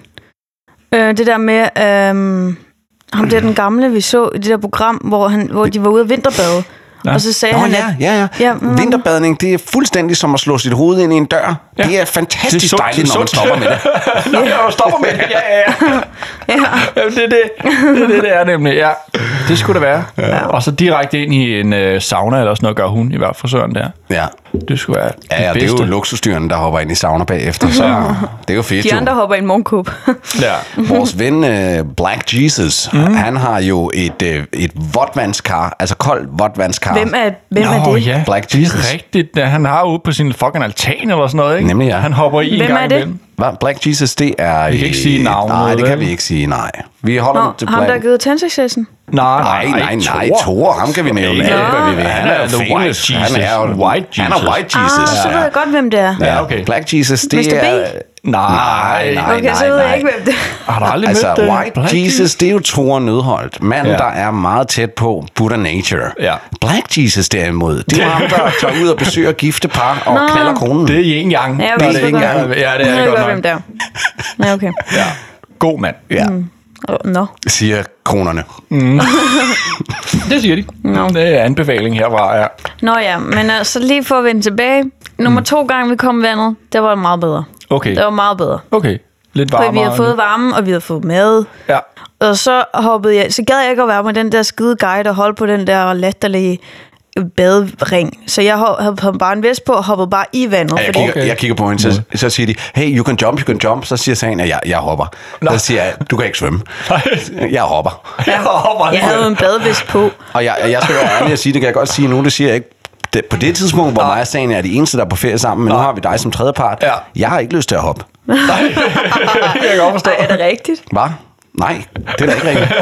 Øh, det der med, øh, ham der den gamle, vi så i det der program, hvor, han, hvor de var ude at vinterbade. Ja. Og så sagde Nå, han, ja, at ja, ja. Ja, men- Vinterbadning, det er fuldstændig som at slå sit hoved ind i en dør. Ja. Det er fantastisk Det er sundt, dejligt, det er når man sundt. stopper med det. Nå, jeg stopper med det. Ja, ja, ja. ja, Jamen, det er det. Det er det, det er nemlig. Ja, det skulle det være. Ja. Og så direkte ind i en øh, sauna eller sådan noget, gør hun i hvert fald frisøren der. Ja, Det skulle være ja, ja det det er bedste. jo luksusdyrene, der hopper ind i sauna bagefter, så det er jo fedt. de jo. andre hopper i en morgenkåb. Ja. Vores ven uh, Black Jesus, mm. han har jo et, uh, et vådvandskar, altså koldt vådvandskar. Hvem er, hvem er Nå, det? ja. Black Jesus. Det er rigtigt. Ja, han har ude på sin fucking altan eller sådan noget, ikke? Nemlig, ja. Han hopper i en Hvem gang er det? imellem. Hvad? Black Jesus, det er... Vi kan ikke sige navnet, Nej, det kan vel? vi ikke sige, nej. Vi holder Nå, den til ham Black... der har givet tændsuccessen. Nej, Nej, nej, nej, Thor, ham kan vi nævne Ikke. alt, hvad vi vil. Ja, Han er jo the famous. White Jesus. Han er jo White Han er Jesus. White Ah, Jesus. så ved jeg godt, hvem det er. Ja, okay. Black Jesus, det mister B? er... Nej, nej, Okay, så ved jeg ikke, hvem det er. Har du aldrig Altså, mødt uh, White Black Jesus, det er jo Thor Nødholdt. Manden, Ja. der er meget tæt på Buddha Nature. Ja. Black Jesus derimod, det er jo ham, der tager ud og besøger gifte par og Nå. knaller konen. Det er yin yang. Ja, jeg Nå, ved det er sgu yin godt. yang. Ja, det Jeg er ved det godt godt, hvem nok. det er. Ja, okay. Ja. God mand. Ja, Oh, Nå. siger konerne. Det siger de. Nå. Det er anbefaling herfra, ja. Nå ja, men altså lige for at vende tilbage. Nummer to gang vi kom i vandet, det var meget bedre. Okay. Det var meget bedre. Okay. Lidt For varmere. vi havde fået varme, og vi havde fået mad. Ja. Og så hoppede jeg, så gad jeg ikke at være med den der skide guide og holde på den der latterlige badering. Så jeg havde havde bare en vest på og hoppede bare i vandet. Ja, jeg, Fordi, kigger, Okay. jeg kigger på hende, så, så siger de, hey, you can jump, you can jump. Så siger Sagen, at jeg, jeg hopper. Nå. Så siger jeg, du kan ikke svømme. Jeg hopper. Ja, jeg havde en badevest på. Og jeg, jeg skal være ærlig at sige, det kan jeg godt sige nu, det siger jeg ikke. Det, på det tidspunkt, hvor mig og Sagen er de eneste, der er på ferie sammen, men nu Nej. har vi dig som tredjepart. Ja. Jeg har ikke lyst til at hoppe. Nej, det kan jeg godt forstå. Ej, er det rigtigt? Hvad? Nej, det er da ikke rigtigt.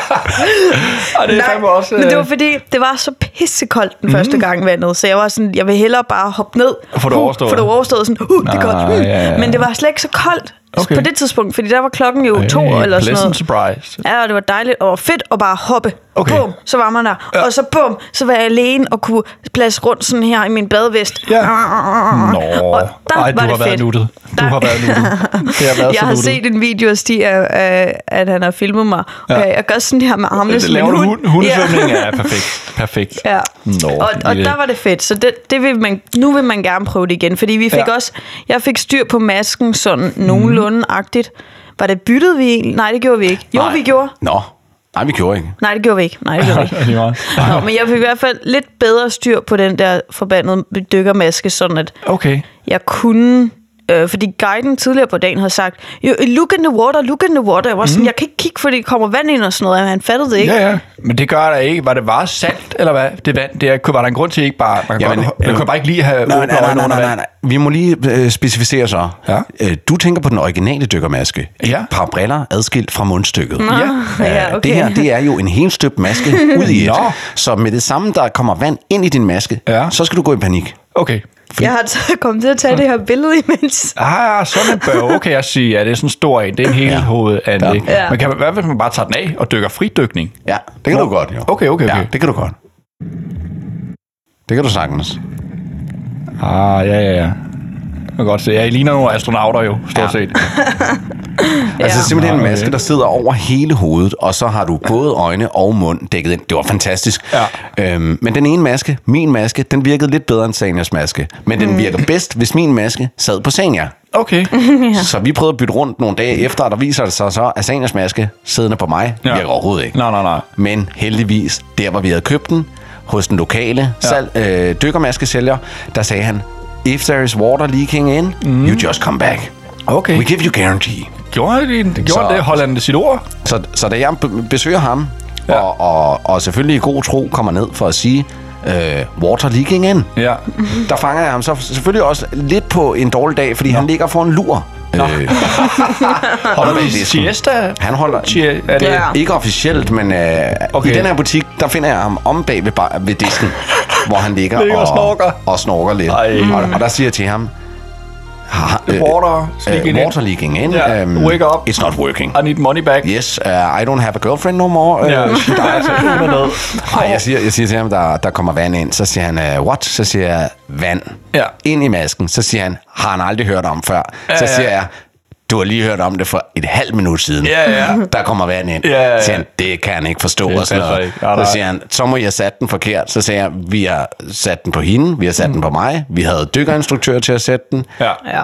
Og det er fandme også... Men det var øh, fordi, det var så pissekoldt den første gang vandet, så jeg var sådan, jeg vil hellere bare hoppe ned. Få det Uh, overstået. Få det overstået, sådan, uh, det er Ah, koldt. Uh. ja, ja. Men det var slet ikke så koldt. Okay. På det tidspunkt, fordi der var klokken jo hey, to eller sådan noget. Surprise. Ja, og det var dejligt og fedt at bare hoppe. Okay. Bum, så var man der. Ja. Og så bum, så var jeg alene og kunne plads rundt sådan her i min badevest. Ja. Nå, og der Ej, du var har det været fedt. nuttet. Du har været nuttet. Det har været jeg så har nuttet. set en video af Stig, af, at han har filmet mig. Ja. Jeg gør sådan her med armene som en hund. hund. Hundesvømning er perfekt. Perfekt. Ja. Nå, og, og der var det fedt. Så det, det vil man, nu vil man gerne prøve det igen. Fordi vi fik ja. også... Jeg fik styr på masken sådan nogenlunde-agtigt. Var det byttet vi egentlig? Nej, det gjorde vi ikke. Jo, Nej. vi gjorde. Nå, nej, vi gjorde ikke. Nej, det gjorde vi ikke. Nej, det gjorde vi ikke. Nå, men jeg fik i hvert fald lidt bedre styr på den der forbandede dykkermaske, sådan at okay. jeg kunne... Øh, fordi guiden tidligere på dagen havde sagt, look in the water, look in the water. Jeg var sådan, mm. jeg kan ikke kigge, fordi der kommer vand ind og sådan noget. Han fattede det ikke. Ja, ja. Men det gør der ikke. Var det bare salt, eller hvad? Det vand, det er, var der en grund til ikke bare... Man kan, Jamen, godt, man øh, kan bare ikke lige have nej, nej, nej, nej, nej, nej, nej. Vi må lige øh, specificere så. Ja. Øh, du tænker på den originale dykkermaske. Ja. Par briller adskilt fra mundstykket. Nå, ja. Ja, okay. Det her, det er jo en helt støbt maske ud i et. Så med det samme, der kommer vand ind i din maske, ja. så skal du gå i panik. Okay. Fordi... Jeg har så kommet til at tage det her billede imens. Ah, sådan en bør. Okay, jeg siger, ja, det er sådan en stor en. Det er en hele ja. hovedanlæg. Ja. Men kan man, hvad hvis man bare tager den af og dykker fridykning? Ja, det kan Nå. du godt, jo. Okay, okay, okay. Ja, det kan du godt. Det kan du sagtens. Ah, ja, ja, ja. Jeg kan godt se. Jeg ligner nogle astronauter jo, stort ja. set. Altså simpelthen en maske, der sidder over hele hovedet, og så har du både øjne og mund dækket ind. Det var fantastisk. Ja. Øhm, men den ene maske, min maske, den virkede lidt bedre end Sanias maske. Men den virker bedst, hvis min maske sad på Sania. Okay. ja. Så vi prøvede at bytte rundt nogle dage efter, og der viser det sig så, at Sanias maske siddende på mig ja. virker overhovedet ikke. Nej, nej, nej. Men heldigvis, der hvor vi havde købt den, hos den lokale ja. salg, øh, dykkermaskesælger, der sagde han, if there is water leaking in, mm. you just come back. Okay. We give you guarantee. Gjorde det, det, gjorde så, det holdt han det sit ord? Så, så da jeg besøger ham, ja. og, og, og selvfølgelig i god tro kommer ned for at sige, uh, water leaking in, ja. der fanger jeg ham så selvfølgelig også lidt på en dårlig dag, fordi Nå. han ligger for en lur. Øh, holder du siesta? Han holder Chia, er det? Ja. Ikke officielt, men øh, okay. i den her butik, der finder jeg ham om bag ved, bar, ved disken, hvor han ligger, ligger og, og snorker, og snorker lidt. Og, og der siger jeg til ham, Uh, water, uh, water leaking in. Yeah. Um, Wake up. It's not working. I need money back. Yes, uh, I don't have a girlfriend no more. Uh, yeah. She died. Ej, jeg siger, jeg siger til ham, der, der kommer vand ind. Så siger han, uh, what? Så siger jeg, vand. Yeah. Ind i masken. Så siger han, har han aldrig hørt om før. Ja, så ja. siger jeg, du har lige hørt om det for et halvt minut siden. Ja, ja. Der kommer vand ind. Ja, ja, ja. Så siger han, det kan han ikke forstå. Det og sådan noget. ikke. Ja, så siger han, så må jeg have sat den forkert. Så siger jeg, vi har sat den på hende. Vi har sat mm. den på mig. Vi havde dykkerinstruktør til at sætte den. Ja. Ja.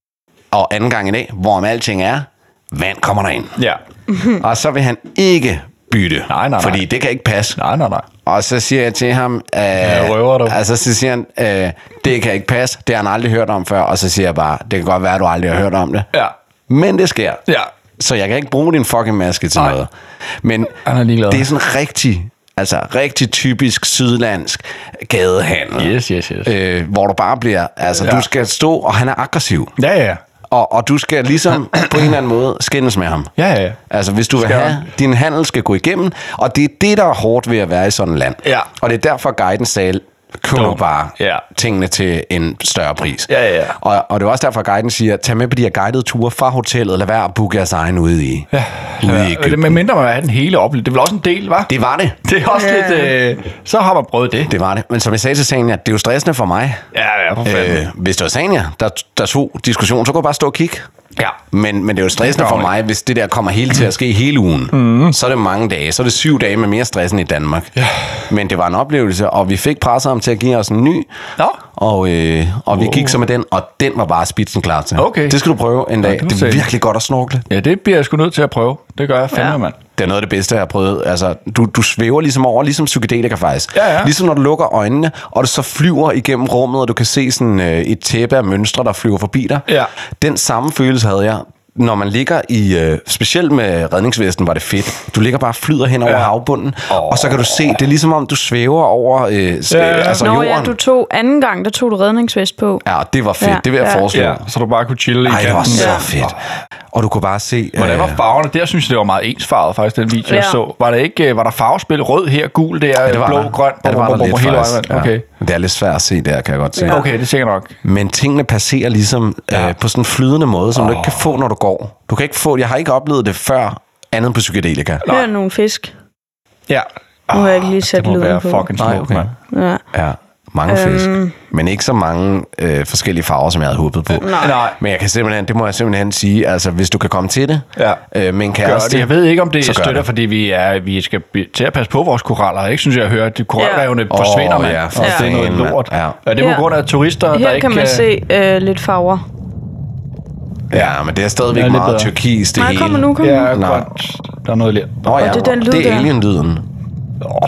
Og anden gang i dag, hvorom alting er, vand kommer derind. Ja. Og så vil han ikke bytte. Nej, nej, nej. Fordi det kan ikke passe. Nej, nej, nej. Og så siger jeg til ham, øh, ja, røver du. Altså så siger han, øh, det kan ikke passe, det har han aldrig hørt om før. Og så siger jeg bare, det kan godt være, at du aldrig har hørt om det. Ja. Men det sker. Ja. Så jeg kan ikke bruge din fucking maske til nej. noget. Men han er ligeglad. Det er sådan rigtig, altså rigtig typisk sydlandsk gadehandel. Yes, yes, yes. Øh, hvor du bare bliver, altså ja. du skal stå, og han er aggressiv. Ja, ja. Og, og du skal ligesom på en eller anden måde skændes med ham. Ja, ja. Altså, hvis du vil skal have, han. din handel skal gå igennem, og det er det, der er hårdt ved at være i sådan et land. Ja. Og det er derfor, guiden sagde, køb bare ja. tingene til en større pris. Ja, ja, ja. Og, og det er også derfor, guiden siger, tag med på de her guidede ture fra hotellet, lad være at booke jeres egen ude i, ja. ude ja. i Egypten. Men mindre man er den hele oplevelse. Det er vel også en del, hva'? Det var det. Det er også ja. lidt... Øh, så har man prøvet det. Det var det. Men som jeg sagde til Sanja, det er jo stressende for mig. Ja, ja, for fanden. Øh, hvis det var Sanja, der, der tog diskussion, så kunne jeg bare stå og kigge. Ja. Men, men det er jo stressende for mig, hvis det der kommer hele til at ske hele ugen. Mm. Så er det mange dage. Så er det syv dage med mere stress end i Danmark. Ja. Men det var en oplevelse, og vi fik presset ham til at give os en ny. Ja. Og, øh, og vi oh. gik så med den, og den var bare spidsen klar til. Okay. Det skal du prøve en dag. Ja, det er virkelig godt at snorkle. Ja, det bliver jeg sgu nødt til at prøve. Det gør jeg fandme, ja. mand. Det er noget af det bedste, jeg har prøvet. Altså, du, du svæver ligesom over, ligesom psykedelika faktisk. Ja, ja. Ligesom når du lukker øjnene, og du så flyver igennem rummet, og du kan se sådan øh, et tæppe af mønstre, der flyver forbi dig. Ja. Den samme følelse havde jeg, når man ligger i, øh, specielt med redningsvesten var det fedt. Du ligger bare og flyder hen over ja. havbunden, oh. og så kan du se, det er ligesom om du svæver over øh, ja, ja. altså Nå, jorden. ja, du tog anden gang, der tog du redningsvest på. Ja, det var fedt, ja. det vil jeg ja. foreslå. Ja, så du bare kunne chille i kanten. Ej, det var så ja. fedt. og du kunne bare se... Hvordan var farverne? Der synes jeg, det var meget ensfarvet, faktisk, den video, ja. jeg så. Var, det ikke, var der farvespil rød her, gul der, ja, blå, der. grøn? Ja, det var der lidt, hele faktisk. Okay. Ja. Det er lidt svært at se der, kan jeg godt se. Ja. Okay, det er sikkert nok. Men tingene passerer ligesom ja. øh, på sådan en flydende måde, som oh. du ikke kan få, når du går. Du kan ikke få... Jeg har ikke oplevet det før, andet på psykedelika. Her er nogle fisk. Ja. Nu har jeg ikke lige sat lyden på. Det må være fucking smukt, okay. mand. Ja. Ja. Mange fisk, øhm. men ikke så mange øh, forskellige farver, som jeg havde håbet på. Nej. Men jeg kan simpelthen, det må jeg simpelthen sige, altså hvis du kan komme til det, ja. øh, med en kæreste... Jeg ved ikke, om det støtter, det. fordi vi, er, vi skal til at passe på vores koraller. Jeg ikke synes, jeg hører, at koralrevene ja. forsvinder, oh, mand. Ja, for ja. Det er noget lort. Ja. Og det er på grund af turister, her der ikke... Her kan man se øh, lidt farver. Ja, men det er stadigvæk ja, meget turkis, det Nej, hele. Nej, kommer nu, kommer ja, nu. Godt. Der er noget lidt. Åh oh, ja, det er den lyd, det er alien-lyden. Åh.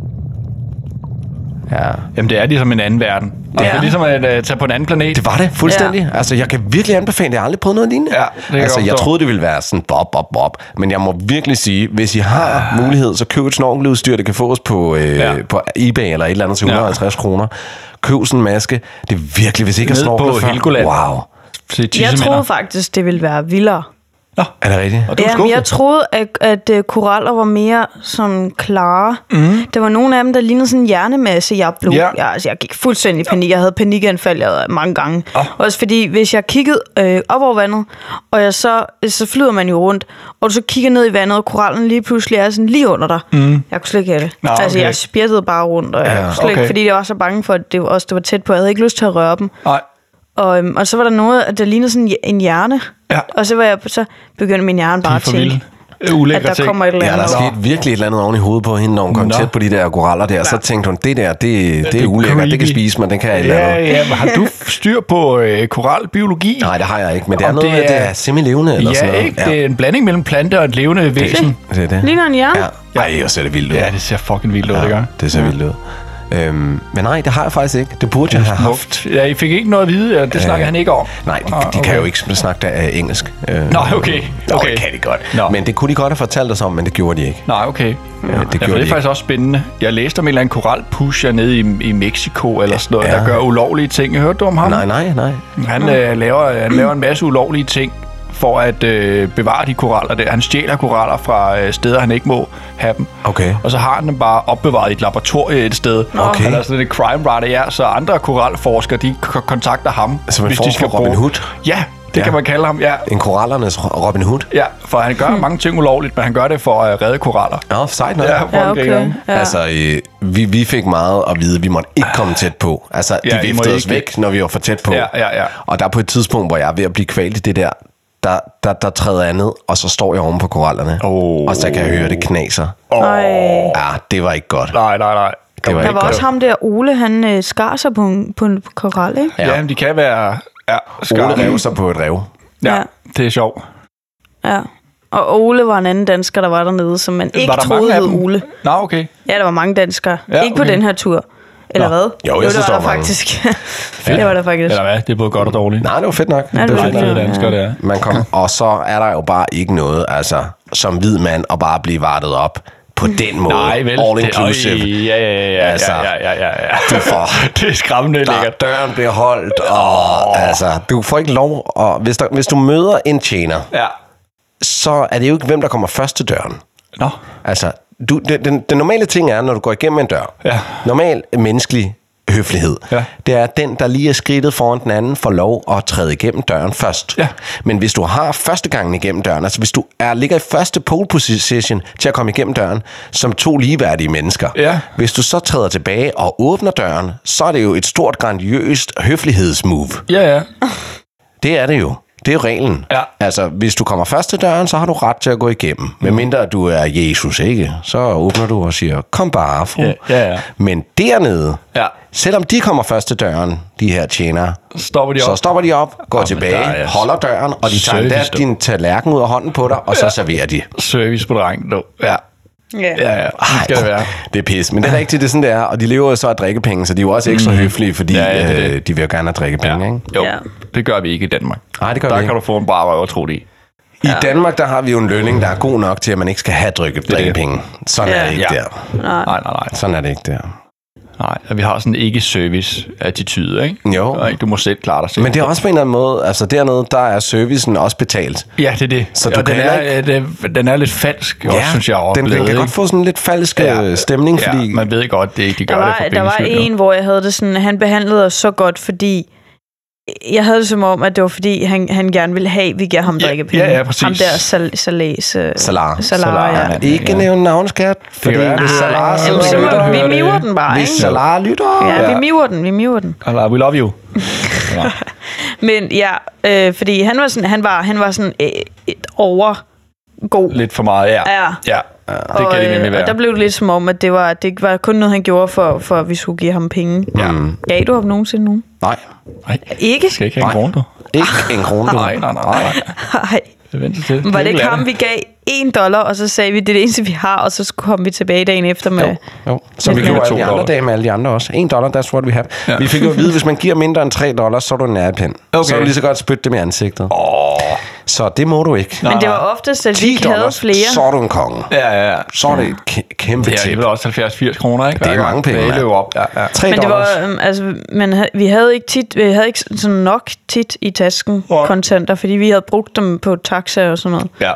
Ja. Jamen, det er ligesom en anden verden. Ja. Det er ligesom at uh, tage på en anden planet. Det var det, fuldstændig. Ja. Altså, jeg kan virkelig anbefale, jeg har aldrig prøvet noget lignende. Ja, det altså, jeg troede, det ville være sådan bob, bob, bob. Men jeg må virkelig sige, hvis I har ja. mulighed, så køb et snorkeludstyr, det kan fås på, øh, ja. på eBay eller et eller andet til et hundrede og halvtreds ja. kroner. Køb sådan en maske. Det er virkelig, hvis I ikke har snorklet før. Helgoland. Wow. Jeg troede faktisk, det ville være vildere. Nå. Er det rigtigt? Og du ja, jeg troede, at, at, at koraller var mere sådan klare. Mm. Der var nogle af dem, der lignede sådan en hjernemasse. Jeg blev, ja. jeg, altså, jeg gik fuldstændig i panik. Jeg havde panikanfald jeg havde mange gange. Oh. Også fordi, hvis jeg kiggede øh, op over vandet, og jeg så, så flyder man jo rundt, og du så kigger ned i vandet, og korallen lige pludselig er sådan lige under dig. Mm. Jeg kunne slet ikke have det. Nå, okay. Altså, jeg spjættede bare rundt, og jeg ja, slet okay. ikke, fordi jeg var så bange for, at det var, også det var tæt på. Jeg havde ikke lyst til at røre dem. Nej. Og, øhm, og så var der noget, der lignede sådan en hjerne. Ja. Og så, var jeg, så begyndte min hjerne bare at tænke, at der ting. kommer et eller andet. Ja, der skete virkelig et eller andet oven i hovedet på hende, når hun kom Nå. tæt på de der koraller der. Ja. Så tænkte hun, det der, det, det, det er ulækkert, det kan spise, men den kan et eller andet. Ja, ja, men har du styr på øh, koralbiologi? Nej, det har jeg ikke, men det er og noget, det er, det er semi-levende eller ja, sådan noget. Ikke? Ja, det er en blanding mellem plante og et levende væsen. Det er det. Ligner en hjerne? Ja. Ej, og ser det vildt ud. Ja, det ser fucking vildt ud, ja, det gør. Det ser vildt ud. Øhm, men nej, det har jeg faktisk ikke. Det burde jeg have haft. Ja, I fik ikke noget at vide, det snakker øh, han ikke om. Nej, de, de okay. kan jo ikke snakke der uh, engelsk. Øh, Nå, okay. okay. Nå, det kan de godt. Nå. Men det kunne de godt have fortalt os om, men det gjorde de ikke. Nej, okay. Ja, det, ja, det er de faktisk også spændende. Jeg læste om en eller anden koralpusher nede i, i Mexico, eller sådan noget, ja. der gør ulovlige ting. Hørte du om ham? Nej, nej, nej. Han, øh, laver, han laver en masse ulovlige ting for at øh, bevare de koraller der. Han stjæler koraller fra øh, steder, han ikke må have dem. Okay. Og så har han dem bare opbevaret i et laboratorie et sted. Okay. Han er sådan et crime writer, ja, så andre koralforskere, de k- kontakter ham. Som en hvis form de skal for Robin Hood? Ja, det ja. kan man kalde ham, ja. En korallernes Robin Hood? Ja, for han gør hmm. mange ting ulovligt, men han gør det for at redde koraller. Ja, sejt nok. Ja, ja, okay. Ja. Altså, øh, vi, vi fik meget at vide, vi måtte ikke komme tæt på. Altså, de ja, viftede os væk, når vi var for tæt på. Ja, ja, ja. Og der er på et tidspunkt, hvor jeg er ved at blive kvalt i det der, Der, der, der træder jeg ned, og så står jeg oven på korallerne. Oh. Og så kan jeg høre, det knaser. Oh. Ja, det var ikke godt. Nej, nej, nej. Det var der ikke var godt. også ham der, Ole, han øh, skar sig på en, på en koral, ikke? Ja, ja, men de kan være... Ja, Ole rev sig på et rev. Ja, ja, det er sjovt. Ja. Og Ole var en anden dansker, der var dernede, som man ikke troede hed Ole. Nå, okay. Ja, der var mange danskere. Ja, okay. Ikke på den her tur. Eller Nå. hvad? Jo, jeg synes, det var der faktisk. Det var der faktisk. Eller hvad? Det er både godt og dårligt. Nej, det var fedt nok. Ja, det, det var fedt nok. Dansker, det er. Man kom, og så er der jo bare ikke noget, altså, som hvid mand, at bare blive vartet op på den måde. Nej, vel. All inclusive. Det, ja, ja, ja, ja, altså, ja, ja, ja, ja. Du får, det er skræmmende lækkert. Døren bliver holdt, og oh. altså, du får ikke lov, og hvis, der, hvis du møder en tjener, ja. så er det jo ikke, hvem der kommer først til døren. Nå. Altså, du, den, den, den normale ting er, når du går igennem en dør, ja. normal menneskelig høflighed, ja. det er den, der lige er skridtet foran den anden, får lov at træde igennem døren først. Ja. Men hvis du har første gangen igennem døren, altså hvis du er, ligger i første pole position til at komme igennem døren, som to ligeværdige mennesker, ja. hvis du så træder tilbage og åbner døren, så er det jo et stort, grandiøst høflighedsmove. Ja, ja. Det er det jo. Det er jo reglen. Ja. Altså, hvis du kommer først til døren, så har du ret til at gå igennem. Men mindre du er Jesus, ikke? Så åbner du og siger, kom bare, fru. Ja, ja, ja. Men dernede, ja. selvom de kommer først til døren, de her tjenere, stopper de op. så stopper de op, går ja, tilbage, er... holder døren, og de tager der din tallerken ud af hånden på dig, og ja. så serverer de. Service på drengen, du. Ja. Yeah. Ja, ja, det skal det være. Det er pis, men det er rigtigt, det er sådan, det er. Og de lever jo så af drikkepenge, så de er jo også ekstra mm. høflige, fordi ja, ja, det øh, de vil jo gerne have drikkepenge, ja. ikke? Jo, ja. det gør vi ikke i Danmark. Nej, det gør der vi ikke. Der kan du få en bar røv og tro det i. I ja. Danmark, der har vi jo en lønning, der er god nok til, at man ikke skal have drikke, drikkepenge. Sådan ja. er det ikke ja. der. Nej, nej, nej. Sådan er det ikke der. Nej, vi har sådan en ikke-service-attitude, ikke? Jo. Du må selv klare dig selv. Men det er også på en eller anden måde, altså dernede, der er servicen også betalt. Ja, det er det. Så og du den, kan er, ikke... det, den er lidt falsk, ja, også, synes jeg. Den, den kan ikke? godt få sådan lidt falsk ja. stemning, ja, fordi... man ved godt, det ikke, de gør der var, det for Der var skyld, en, hvor jeg havde det sådan, han behandlede os så godt, fordi jeg havde det som om, at det var fordi, han, han gerne ville have, at vi gav ham drikkepenge. Ja, ja, præcis. Ham der sal, salas, uh, Salar. Salar, ja. ja. Ikke ja. nævne navnskat, fordi det hvis Salar... Jamen, så må, vi miver den bare, Hvis ikke? Salar lytter... Ja, vi miver den, vi miver den. We love you. Ja. Men ja, øh, fordi han var sådan, han var, han var sådan øh, et over god. Lidt for meget, ja. Ja. ja. Det og, kan det nemlig være. Og der blev det lidt som om, at det var, det var kun noget, han gjorde, for, for at vi skulle give ham penge. Ja. Gav du ham nogensinde nogen? Nej. Nej. Ikke? Skal ikke have en krone, du? Ikke en krone, du. Nej, nej, nej. nej. Nej. Det til. Var det ikke ham, vi gav en dollar, og så sagde vi, det er det eneste, vi har, og så kom vi tilbage dagen efter med... Jo, jo. Som vi gjorde alle de andre dage med alle de andre også. En dollar, that's what we have. Ja. Vi fik jo at vide, hvis man giver mindre end tre dollars, så er du en nærpind. Okay. Så er du lige så godt spytte dem i ansigtet. Oh. Så det må du ikke. Men det var oftest, at vi ikke havde flere. Så er du en konge. Ja, ja, ja. Så er det et kæ- kæmpe tip. Det er vel også halvfjerds til firs kroner, ikke? Det er mange penge. Det løber op. Ja, ja. tre Men det dollars. var, øhm, altså, men vi havde ikke tit, vi havde ikke sådan nok tit i tasken oh. kontanter, fordi vi havde brugt dem på taxa og sådan noget. Ja.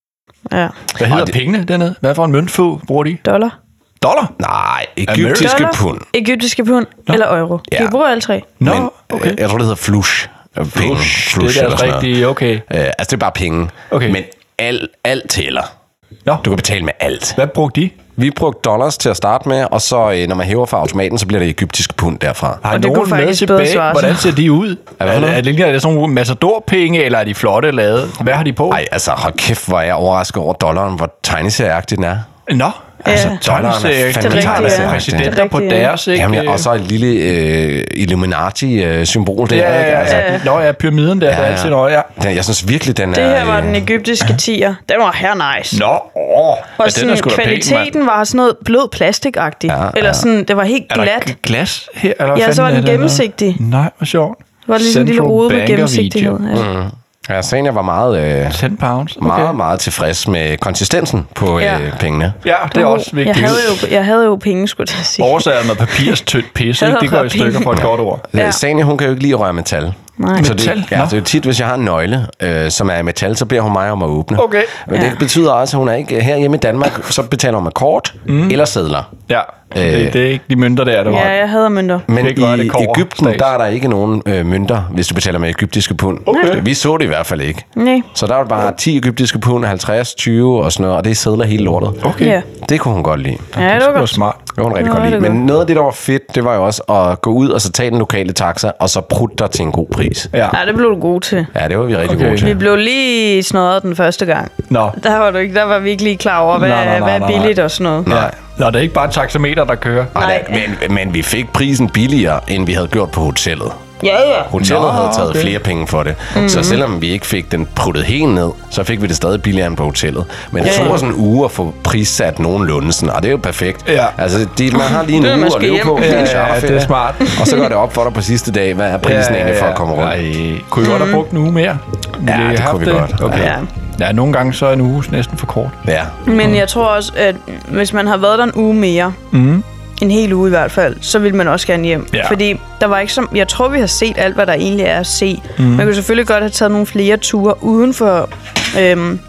Ja. Hvad hedder det... pengene dernede? Hvad for en møntfod bruger de? Dollar. Dollar? Nej, egyptiske dollar, pund. Egyptiske pund Nå. eller euro. Ja. De bruger alle tre. Nå, Men, okay. Jeg tror, det hedder flush. Penge. Flush. Flush Det er altså rigtig okay. Uh, altså, det er bare penge. Okay. Men alt, alt tæller. Nå. Du kan betale med alt. Hvad brugte de? Vi brugte dollars til at starte med, og så øh, når man hæver fra automaten, så bliver det egyptiske pund derfra. Har Og det nogen kunne med faktisk bedre tilbage? svare sig. Hvordan ser de ud? Er, er, er, det, er det sådan nogle matador-penge, eller er de flotte lavet? Hvad har de på? Ej, altså hold kæft, hvor er jeg overrasket over dollaren, hvor tegneserieagtig den er. Nå, Altså, Ja. dollaren er fandme rigtigt, ja. tegneserieagtig. Præsidenter på rigtigt, ja. deres, ikke? Jamen, og så et lille øh, Illuminati-symbol der, Ja, ikke? ja, Altså, ja. Nå, ja, pyramiden der, Ja, der er ja. altid noget, ja. den, jeg synes virkelig, den Det er... her var øh, den egyptiske tier. Den var her nice. Nå, åh. Og Ja, sådan, den er sgu da pæn, kvaliteten var sådan noget blød plastikagtigt. Ja, ja. Eller sådan, det var helt Er der glat. glas her? Eller hvad Ja, så var fanden den er det, gennemsigtig. eller? Nej, hvor sjovt. Det var lige sådan en lille Central rode med Banker gennemsigtighed. video. Ja. Mm. Ja, Sanja var meget, øh, ti pounds. Okay. meget, meget tilfreds med konsistensen på Ja. øh, pengene. Ja, det er også Jeg vigtigt. havde jo, jeg havde jo penge, skulle jeg sige. Årsager med papirstødt pisse, Jeg ikke? Det havde går i stykker penge. for et godt ord. Ja. Ja. Sanja, hun kan jo ikke lide at røre metal. Nej. Så Metal? det, ja, Nå. det er jo tit, hvis jeg har en nøgle, øh, som er i metal, så beder hun mig om at åbne. Okay. Men Ja. det betyder også, at hun er ikke her hjemme i Danmark, så betaler hun med kort mm. eller sedler. Ja, Øh. det, det er ikke de mønter der, det var. Ja, jeg havde mønter. Men Fik rørt i det kobber. Egypten, Stas. der er der ikke nogen øh, mønter, hvis du betaler med egyptiske pund. Okay. Vi så det i hvert fald ikke. Nej. Så der var bare ti egyptiske pund, halvtreds, tyve og sådan noget, og det er sedler hele lortet. Okay. Ja. Det kunne hun godt lide. Ja, det var Det var godt. smart. Det var hun rigtig Nå, godt lide. det er Men godt. noget af det, der var fedt, det var jo også at gå ud og så tage den lokale taxa, og så prutte dig til en god pris. Ja. Nej, det blev du god til. Ja, det var vi rigtig Okay. gode til. Vi blev lige snodret den første gang. Nå. Der var, du ikke, der var vi ikke lige klar over, hvad, Nej, nej, nej, hvad er nej, billigt og sådan noget. Nej. Nå, det er ikke bare taxameter, der kører. Nej, Nej. men, men vi fik prisen billigere, end vi havde gjort på hotellet. Ja, ja. Hotellet Nå, havde taget okay. flere penge for det. Mm-hmm. Så selvom vi ikke fik den pruttet helt ned, så fik vi det stadig billigere end på hotellet. Men det Ja, tog ja. os en uge at få prissat nogenlunde, sådan, og det er jo perfekt. Ja. Altså, de, man har lige en Det er uge man at skal leve hjem. på. Ja, en ja, charterferie. det er smart. Og så går det op for dig på sidste dag, hvad er prisen egentlig for at komme rundt. Ej, kunne I godt have brugt en uge mere? Ville Ja, I det have kunne vi haft godt. Okay. Ja. Ja, nogle gange så er en uge næsten for kort. Ja. Men jeg tror også, at hvis man har været der en uge mere, Mm. en hel uge i hvert fald, så vil man også gerne hjem. Ja. Fordi der var ikke som, jeg tror, vi har set alt, hvad der egentlig er at se. Mm. Man kunne selvfølgelig godt have taget nogle flere ture uden for... Øhm,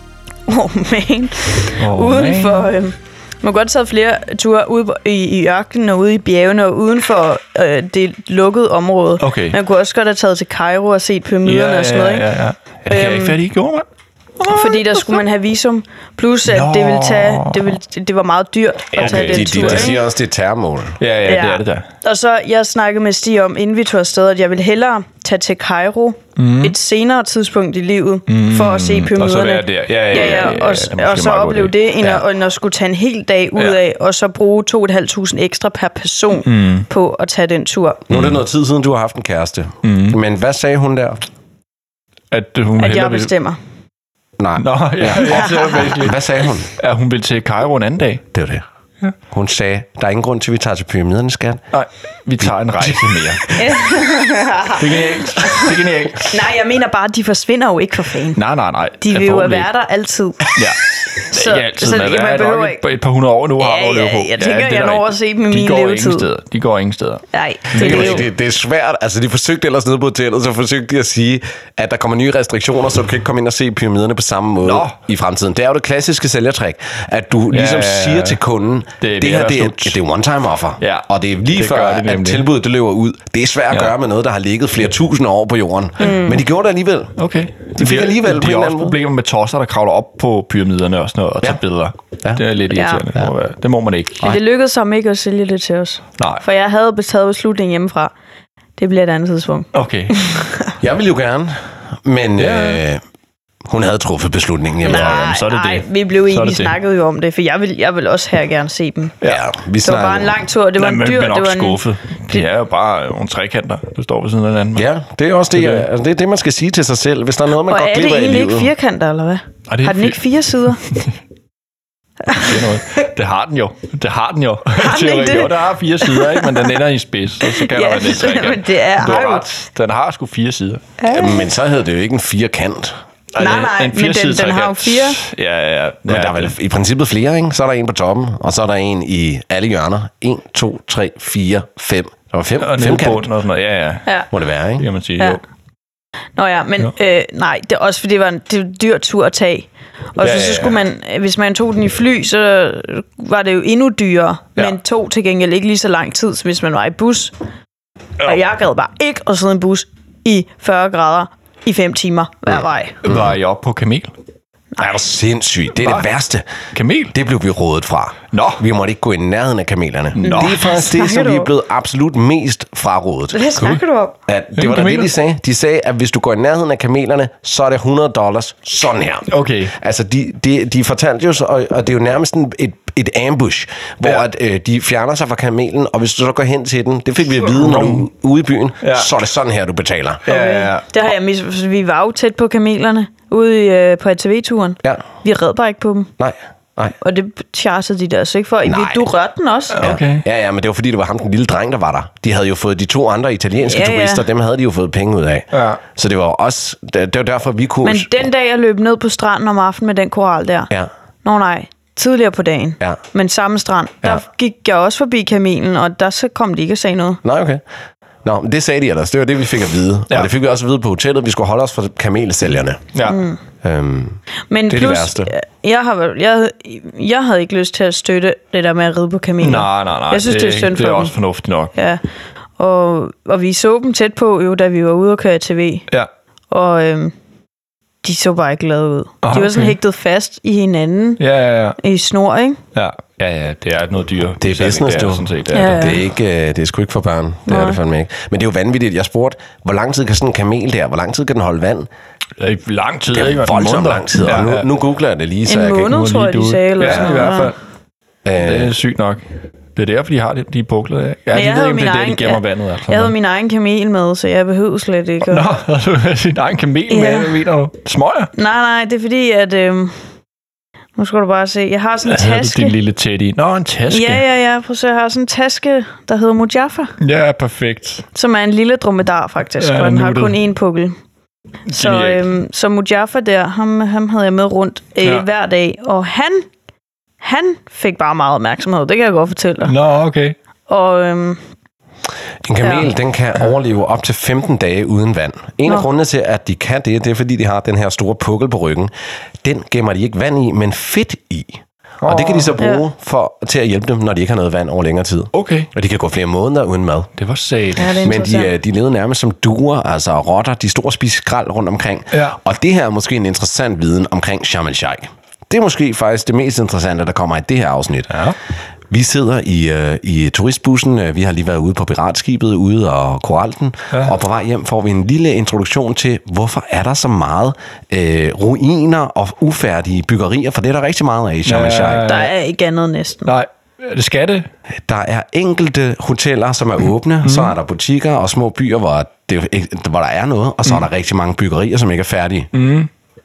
oh man. Oh, uden man. for... Øhm, man kunne godt have taget flere ture ude på- i, i ørkenen og ude i bjergene og uden for øh, det lukkede område. Okay. Man kunne også godt have taget til Cairo og set pyramiderne Ja, og sådan noget. ja, Ikke? ja, ja. Det kan jeg ikke fatte, I gjorde, mand. Fordi der skulle man have visum. Plus, at Nå. det ville tage, det, ville, det var meget dyrt at tage Okay, den de, tur. de, de ikke? siger også, det er terrormål. Ja, ja, det er det da. Og så, jeg snakkede med Stig om, inden vi tog afsted, at jeg ville hellere tage til Cairo mm. et senere tidspunkt i livet, mm. for at se pyramiderne. Og så være der. Ja, ja, ja. ja, ja, og, det er måske og så meget god opleve idé. det, end, Ja. at, end at skulle tage en hel dag ud Ja. af, og så bruge to og et halvt tusind ekstra per person mm. på at tage den tur. Nu er det noget tid siden, du har haft en kæreste. Mm. Men hvad sagde hun der? At hun At hellere jeg vil- bestemmer. Nej. Nå, ja, ja, det er basically. Hvad sagde hun? At hun vil til Cairo en anden dag. Det var det. Ja. Hun sagde, der er ingen grund til, at vi tager til pyramiderne, skat. Nej, vi tager en rejse mere. Det er genialt. Det er genialt. Nej, jeg mener bare, at de forsvinder jo ikke for fanden. Nej, nej, nej. De vil jo være der altid. Ja. Så, ikke altid, så men man der er behøver nok ikke... et, et par hundrede år nu har Ja, at leve på. ja, jeg tænker, det er jeg når at se dem i min de går levetid. Ingen steder. De går ingen steder. Nej, Det, det er det, jo... det, det er svært. Altså, de forsøgte ellers nede på hotellet, så forsøgte de at sige, at der kommer nye restriktioner, så du kan ikke komme ind og se pyramiderne på samme måde Nå. i fremtiden. Det er jo det klassiske sælgertræk, at du ligesom ja, ja. siger til kunden, Det er det, ved her at det er, være det er one-time offer. Ja. Og det er lige Det før, gør det at nemlig. tilbuddet det løber ud. Det er svært at Ja. gøre med noget, der har ligget flere tusind år på jorden. Mm. Men de gjorde det alligevel. Okay. De fik alligevel på de en har eller også anden måde. problemer med tosser, der kravler op på pyramiderne og sådan noget, og tager Ja. billeder. Ja. Det er lidt Ja. irriterende. Det, må være. Det må man ikke. Men det lykkedes ham ikke at sælge det til os. Nej. For jeg havde betaget beslutningen hjemmefra. Det bliver et andet tidspunkt. Okay. Jeg vil jo gerne, men Ja. øh, hun havde truffet beslutningen hjemme. Nej, jamen, så er det nej, det. vi blev Så er egentlig det det. snakket jo om det, for jeg vil, jeg vil også her gerne se dem. Ja, vi Det var bare snakkede- en lang tur, det var Nej, en men, dyr... men det også var en, skuffet. De er jo bare nogle trekanter, der står ved siden af hinanden. Ja, det er også det, Det er det, altså, det, er det, man skal sige til sig selv, hvis der er noget, man og går er glip det af i egentlig livet. ikke firkanter, eller hvad? Ej, det er Har den fir- ikke fire sider? Det, er noget. Det har den jo. Det har den jo. Har den ikke Teori. det? Jo, der har fire sider, ikke? Men den ender i en spids, så, så kan Ja, der være lidt så- trekant. men det er- Du har jo- har ret. Den har sgu fire sider. Ja, men så havde det jo ikke en firkant. Ej, Nej, det er nej, en men den- firesidet den har jo trekant. fire. Ja, ja, ja. Men ja der er vel i princippet flere, ikke? Så er der en på toppen, og så er der en i alle hjørner. En, to, tre, fire, fem. Der var fem, Og fem nede på kant, den og sådan noget. Ja, ja. Ja. må det være, Det ikke? kan man sige. Ja. Jo. Nå ja, men øh, nej, det er også fordi, det var en, det var en dyr tur at tage. Og Ja, så, så ja, skulle ja. man, hvis man tog den i fly, så var det jo endnu dyrere, Ja. men tog til gengæld ikke lige så lang tid, som hvis man var i bus. Og jeg gad bare ikke at sidde i en bus i fyrre grader i fem timer hver vej. Var I oppe på kamel? Nej, det er sindssygt. Det er det Hva? værste. Kamel? Det blev vi rådet fra. Nå. Vi måtte ikke gå i nærheden af kamelerne. Nå. Det er faktisk det, Snakker som du vi er om? blevet absolut mest frarådet. Hvad snakker du om? At det Jamen, var da det, kameler. de sagde. De sagde, at hvis du går i nærheden af kamelerne, så er det hundrede dollars sådan her. Okay. Altså, de, de, de fortalte jo, så, og, og det er jo nærmest en, et, et ambush, hvor Ja. at, øh, de fjerner sig fra kamelen, og hvis du så går hen til den, det fik vi at vide, når du er ude i byen, Ja. så er det sådan her, du betaler. Ja, ja, ja. Det har jeg misforstået. Vi var jo tæt på kamelerne ude i, øh, på A T V-turen. Ja. Vi red bare ikke på dem. Nej, nej. Og det chargede de der så ikke for. Nej. Du rørte den også. Ja. Okay. Ja, ja, men det var fordi, det var ham, den lille dreng, der var der. De havde jo fået de to andre italienske Ja, ja. turister, dem havde de jo fået penge ud af. Ja. Så det var også, det, det var derfor, vi kunne... Men den dag, jeg løb ned på stranden om aftenen med den koral der. Ja, Nå nej, tidligere på dagen. Ja. Men samme strand. Der Ja. gik jeg også forbi kamelen, og der så kom de ikke og sagde noget. nej, okay. Nå, men det sagde de ellers. Det var det, vi fik at vide. Ja. Ja. Og det fik vi også at vide på hotellet. Vi skulle holde os fra kamelsælgerne. Ja. Mm. Øhm, Men Det er det plus, værste. jeg, har, jeg, jeg havde ikke lyst til at støtte det der med at ride på kameler. Nej, nej, nej. Jeg synes, det, det er synd det for er dem. også fornuftigt nok. Ja. Og, og vi så dem tæt på, jo, da vi var ude og køre T V. Ja. Og øhm, de så bare ikke glade ud. Ah, De var sådan okay. hægtet fast i hinanden Ja, ja, ja. i snor, ikke? Ja, ja, ja, det er noget dyr. Det er business, det er du. sådan set. Det Ja, er ja. det. det, er ikke, øh, det er sgu ikke for børn. Det Nej. er det fandme ikke. Men det er jo vanvittigt. Jeg spurgte, hvor lang tid kan sådan en kamel der, hvor lang tid kan den holde vand? I lang tid, Det ikke? er voldsomt Måneder. lang tid. Og nu, nu googler jeg det lige, så En jeg kan måned, nu er tror jeg, lige de ude. sagde. Eller Ja, sådan i noget. hvert fald. Det ikke... er sygt nok. Det er derfor, de har det, de er puklet. Ja, Men de jeg ved havde ikke, om det min er der, egen- de gemmer ja. vandet. Altså. Jeg havde min egen kamel med, så jeg behøvede slet ikke. At... Nå, har du sin egen kamel med? Ja. Hvad mener du? Smøger? Nej, nej, det er fordi, at... Øhm... Nu skal du bare se. Jeg har sådan en Havde du taske. din lille teddy? Nå, en taske. Ja, ja, ja. Prøv at se, jeg har sådan en taske, der hedder Mujaffa, Ja, perfekt. som er en lille dromedar, faktisk. Ja, og den har nuttet. kun én pukkel. Så, Genialt. øhm, så Mujaffa der, ham, ham havde jeg med rundt øh, Ja. hver dag. Og han, han fik bare meget opmærksomhed. Det kan jeg godt fortælle dig. Nå, okay. Og øhm, En kamel, Ja. den kan overleve op til femten dage uden vand. En af Nå. grundene til, at de kan det, det er, fordi de har den her store pukkel på ryggen. Den gemmer de ikke vand i, men fedt i. Og det kan de så bruge Ja. for, til at hjælpe dem, når de ikke har noget vand over længere tid. Okay. Og de kan gå flere måneder uden mad. Det var sat. ja, det er Men de, interessant. øh, de levede nærmest som duer, altså rotter. De stod og spiste skrald rundt omkring. Ja. Og det her er måske en interessant viden omkring Sharm el-Sheikh. Det er måske faktisk det mest interessante, der kommer i det her afsnit. Ja. Vi sidder i, øh, i turistbussen. Vi har lige været ude på piratskibet ude og koralten. Ja. Og på vej hjem får vi en lille introduktion til, hvorfor er der så meget øh, ruiner og ufærdige byggerier, for det er der rigtig meget af i Sharm el-Sheikh. Ja. Der er ikke andet næsten. Nej, det skal det. Der er enkelte hoteller, som er åbne. Mm. Så er der butikker og små byer, hvor, det, hvor der er noget. Og så mm. er der rigtig mange byggerier, som ikke er færdige. Mm.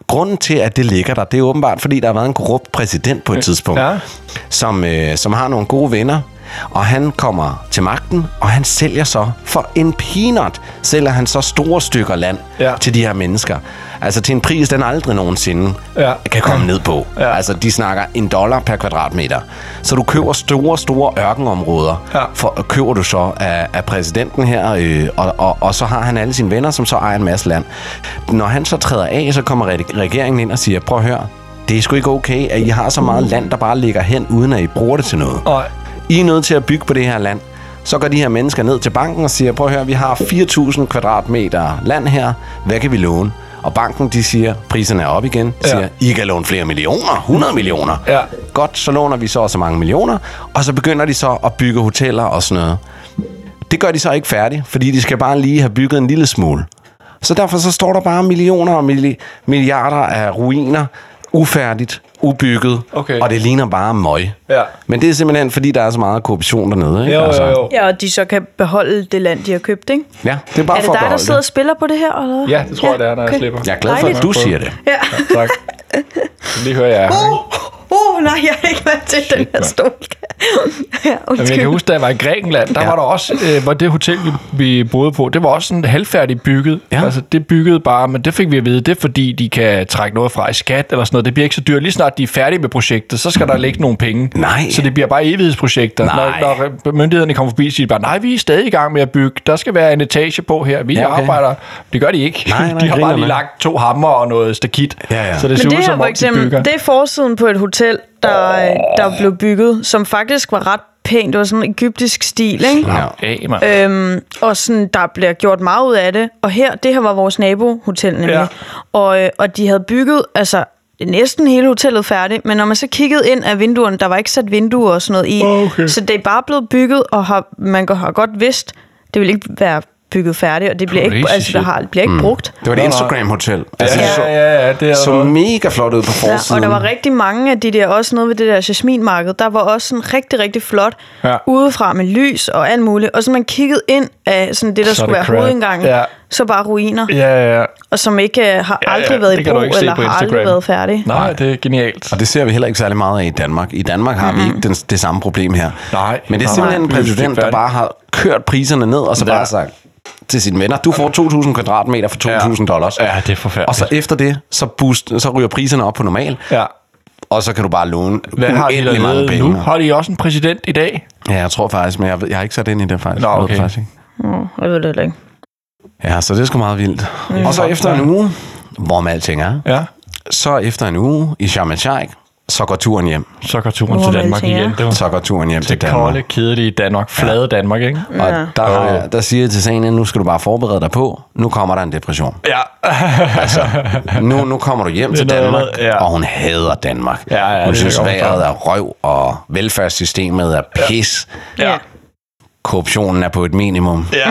grunden til, at det ligger der, det er åbenbart, fordi der har været en korrupt præsident på et tidspunkt, Ja. som, øh, som har nogle gode venner, og han kommer til magten, og han sælger så for en peanut, sælger han så store stykker land Ja. til de her mennesker. Altså til en pris, den aldrig nogensinde Ja. kan komme ned på. Ja. Altså de snakker en dollar per kvadratmeter. Så du køber store, store ørkenområder, Ja. for, køber du så af, af præsidenten her, øh, og, og, og så har han alle sine venner, som så ejer en masse land. Når han så træder af, så kommer regeringen ind og siger, prøv at høre, det er sgu ikke okay, at I har så meget land, der bare ligger hen, uden at I bruger det til noget. Og, I er nødt til at bygge på det her land. Så går de her mennesker ned til banken og siger, prøv at høre, vi har fire tusind kvadratmeter land her. Hvad kan vi låne? Og banken, de siger, priserne er op igen. De Ja. siger, I kan låne flere millioner, hundrede millioner. Ja. Godt, så låner vi så også mange millioner. Og så begynder de så at bygge hoteller og sådan noget. Det gør de så ikke færdigt, fordi de skal bare lige have bygget en lille smule. Så derfor så står der bare millioner og milli- milliarder af ruiner, ufærdigt, ubygget, Okay. og det ligner bare møg. Ja. Men det er simpelthen, fordi der er så meget korruption dernede. Ikke? jo, jo, jo. Ja, og de så kan beholde det land, de har købt, ikke? Ja, det er bare Er det for at dig, der beholde sidder og det. spiller på det her, eller hvad? Ja, det tror jeg, det er, når jeg slipper. Jeg er glad for, at du siger det. Ja. Ja, tak. Lige hører jeg. Åh, oh, nej, jeg er ikke med til den her stol. Ja, Jamen, jeg kan huske, da jeg var i Grækenland, der Ja. ja. var der også, øh, hvor det hotel, vi, vi boede på, det var også sådan halvfærdigt bygget. Ja. Altså, det byggede bare, men det fik vi at vide, det er fordi, de kan trække noget fra i skat eller sådan noget. Det bliver ikke så dyrt. Lige snart de er færdige med projektet, så skal der ligge nogle penge. Nej. Så det bliver bare evighedsprojekter. Nej. Når, når myndighederne kommer forbi, siger de bare, nej, vi er stadig i gang med at bygge. Der skal være en etage på her. Vi Ja, ja, okay. okay. arbejder. Det gør de ikke. Nej, nej, de har griner bare lige man. lagt to hammer og noget stakit. Ja, ja. Så det Men ser det ud her som for om, de eksempel, bygger. det er forsiden på et hotel, der, der blev bygget, som faktisk var ret pænt. Det var sådan en egyptisk stil, ikke? Ja. Ja, man. Øhm, og sådan, der bliver gjort meget ud af det. Og her, det her var vores nabohotel nemlig. Ja. Og, øh, og de havde bygget, altså næsten hele hotellet færdigt, men når man så kiggede ind af vinduerne, der var ikke sat vinduer og sådan noget i. Okay. Så det er bare blevet bygget, og har, man har godt vidst, det vil ikke være bygget færdigt, og det bliver ikke, Crazy altså, det har, bliver ikke mm. brugt. Det var et Nå, nå. Instagram-hotel. Altså, Ja, det så, ja, ja, det er så noget. mega flot ud på Ja, forsiden. og der var rigtig mange af de der, også noget ved det der jasminmarked, der var også sådan rigtig, rigtig flot Ja. udefra med lys og alt muligt. Og så man kiggede ind af sådan det, der Så er skulle det være crap. hovedindgangen, Ja. så bare ruiner, Ja, ja, ja. og som ikke uh, har Ja, aldrig ja, været det i kan du brug, ikke se eller på har aldrig Instagram. været færdig. Nej, det er genialt. Og det ser vi heller ikke særlig meget af i Danmark. I Danmark har mm-hmm. vi ikke den, det samme problem her. Nej. Men det er Nej. simpelthen en Nej. præsident, der bare har kørt priserne ned, og så Ja. bare sagt til sine venner, du får to tusind kvadratmeter for to tusind dollars. Ja, det er forfærdeligt. Og så efter det, så, boost, så ryger priserne op på normal, Ja. og så kan du bare låne Hvad har de uendelig mange lavet penge. nu? Har de også en præsident i dag? Ja, jeg tror faktisk, men jeg, ved- jeg har ikke sat ind i det faktisk. Nå, Jeg ved okay. det faktisk ikke. Mm, jeg ved det heller ikke. Ja, så det er sgu meget vildt. Mm. Og så efter en uge, hvor med alting er, Ja. så efter en uge i Sharm el-Sheikh, så går turen hjem. Så går turen Hvor til Danmark alting er. igen. Det var Så går turen hjem til det Danmark. kolde, kedelige Danmark. Flade Danmark, ikke? Og Ja. der, der siger jeg til Sania, nu skal du bare forberede dig på, nu kommer der en depression. Ja. Altså, nu, nu kommer du hjem til noget, Danmark, ja. og hun hader Danmark. Ja, ja, hun det synes, kan jeg godt vejret er røv, og velfærdssystemet er pis. Ja. Korruptionen er på et minimum. Ja.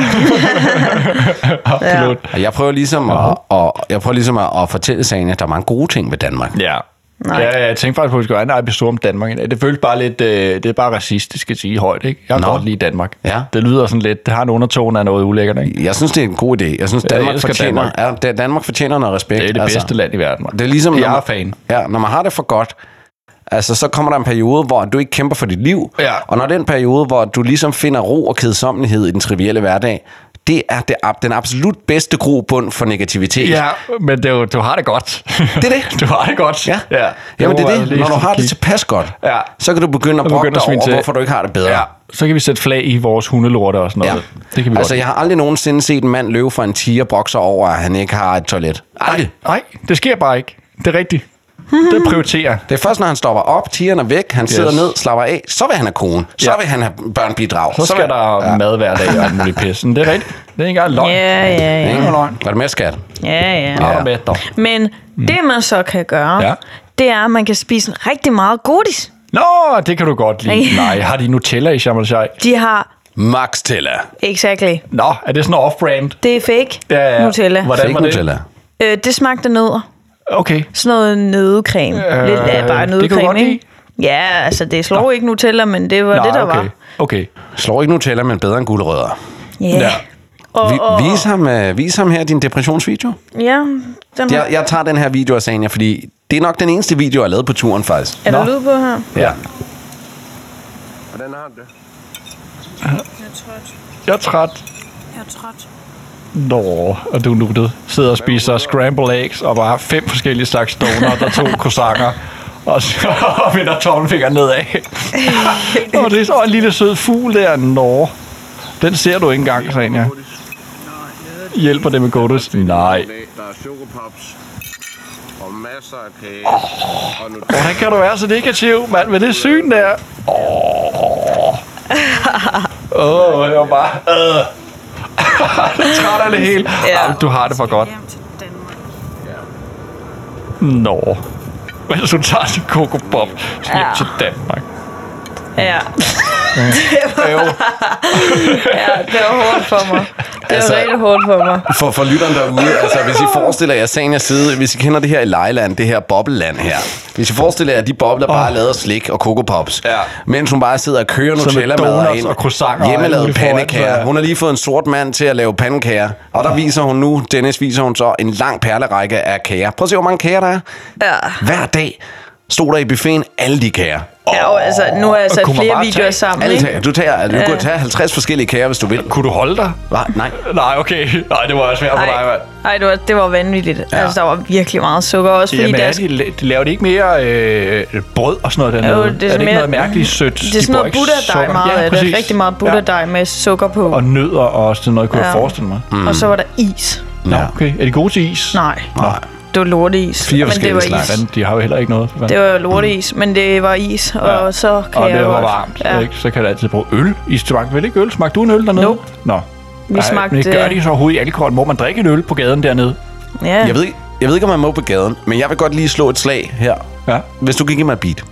Absolut. Og jeg prøver ligesom, at, og, jeg prøver ligesom at, at fortælle Sania, at der er mange gode ting ved Danmark. Ja. Nej. Ja, ja, jeg tænkte faktisk på, at vi skulle have en episode om Danmark i dag. Det føles bare lidt, øh, det er bare racistisk at sige højt, ikke? Jeg kan Nå. godt lide Danmark. Ja. Det lyder sådan lidt, det har en undertone af noget ulækkert, ikke? Jeg synes, det er en god idé. Jeg synes, jeg Danmark, elsker fortjener, Danmark. Ja, Danmark fortjener noget respekt. Det er det altså. bedste land i verden. Det er ligesom, jeg når er man, fan. Ja, når man har det for godt, altså, så kommer der en periode, hvor du ikke kæmper for dit liv. Ja. Og når den periode, hvor du ligesom finder ro og kedsommelighed i den trivielle hverdag, det er det, den absolut bedste grobund for negativitet. Ja, men det er jo, du har det godt. Det er det. Du har det godt. Ja. ja. Jamen det må er man det. lige Når du har det kigge. tilpas godt, Ja. så kan du begynde at Så brokke begynder dig at svine over, til. hvorfor du ikke har det bedre. Ja, så kan vi sætte flag i vores hundelorte og sådan noget. Ja. Det kan vi Altså, godt. jeg har aldrig nogensinde set en mand løbe fra en tiger brokke sig over, at han ikke har et toilet. Aldrig. Nej, det sker bare ikke. Det er rigtigt. Det prioriterer. Det er først, når han stopper op, tigeren er væk, han sidder Yes. ned, slapper af, så vil han have kone, så Ja. vil han have børnbidrag. Så skal vil, der ja. mad hver dag og alt muligt pis. Men det er rigtigt. Det er ikke engang løgn. Ja, ja, ja. Ikke? løgn. Var det med, skat? Ja, ja. Nå, med dog. Men det, man så kan gøre, Ja. det er, at man kan spise rigtig meget godis. Nå, det kan du godt lide. Nej. Nej, har de Nutella i Sharm el-Sheikh? De har, Max Tella. exactly, Nå, er det sådan noget off-brand? det er fake Ja, ja. Nutella. Hvordan Fake var det? Nutella. Øh, det smagte nødder. Okay. Sådan noget nødecreme. Øh, Lidt ja, bare det kan du nødecreme, godt ikke? Ja, altså det slår ikke Nutella, men det var Nå, det, der okay. var. Okay. Slår ikke Nutella, men bedre end gulerødder. Ja. Ja. Og, Vi, og, vis, ham, uh, vis ham her din depressionsvideo. ja, den Jeg, jeg tager den her video af Sanja, fordi det er nok den eneste video, jeg har lavet på turen, faktisk. Er der Nå. lyd på her? Ja. Hvordan har du det? Jeg er træt. Jeg er træt. Jeg er træt. Nå, og du nuttet. Sidder og spiser scrambled eggs, og bare fem forskellige slags donuts og to croissanter. Og så vender tommelfingeren nedad. Og det er så en lille sød fugl der. Nå. Den ser du ikke engang, Sanja. Hjælper det med godis? Nej. Der er chokopops og masser af kage. Og nu Hvordan kan du være så negativ, mand, med det syn der? Åh, oh. oh, det var bare... Øh. Træt af det hele. Ja. Jamen, du har det for godt. Nå. Men du tager din Coco Pop hjem Ja. til Danmark. Ja. Jo. Ja, det var hårdt for mig. Det var Altså- rigtig hårdt for mig. For, for lytteren derude, altså hvis I forestiller jer Sanja side, hvis I kender det her i Lejland, det her bobleland her. Hvis I forestiller jer, at de bobler bare er lavet af slik og Coco Pops, Ja. mens hun bare sidder og kører Så med Nutella-mad donuts og croissanter og alt hjemmelavet muligt foran, pandekager. så- Hun har lige fået en sort mand til at lave pandekager, og der viser hun nu, Dennis viser hun så en lang perlerække af kager. Prøv at se, hvor mange kager der er. Ja. Hver dag stod der i buffeten alle de kager. Ja, og altså, nu har jeg sat Kunne man flere bare videoer tage sammen, Alle ikke? tager, du tager, du kan tage halvtreds forskellige kager, hvis du vil. Kunne du holde dig? Hva? Nej. Nej, okay. Nej, det var svært for dig, Nej, mand. nej det, var, det var vanvittigt. Ja. Altså, der var virkelig meget sukker også, fordi Jamen, er deres, de, de laver de ikke mere øh, brød og sådan noget dernede? Jo, er det det er ikke mere- noget mærkeligt sødt? det er sådan noget butterdej meget ja, af det. Rigtig meget butterdej med sukker på. Og nødder og sådan noget, kunne Ja. jeg forestille mig. Mm. Og så var der is. Nå, Ja. okay. Er de gode til is? Nej, Nej. det var lorteis. Fire men det forskellige var slags. is. Men de har jo heller ikke noget. for Det fanden. var lorteis, men det var is, og Ja. så kan Og jeg det var godt- varmt, Ja. ikke? Så kan jeg altid bruge øl. I smagte vel ikke øl? Smagte du en øl dernede? Nope. Nå. Vi Ej, smagte... Men gør de så overhovedet i alkohol? Må man drikke en øl på gaden dernede? Ja. Jeg ved, ikke- jeg ved ikke, om man må på gaden, men jeg vil godt lige slå et slag her. Ja. Hvis du kan give mig et beat.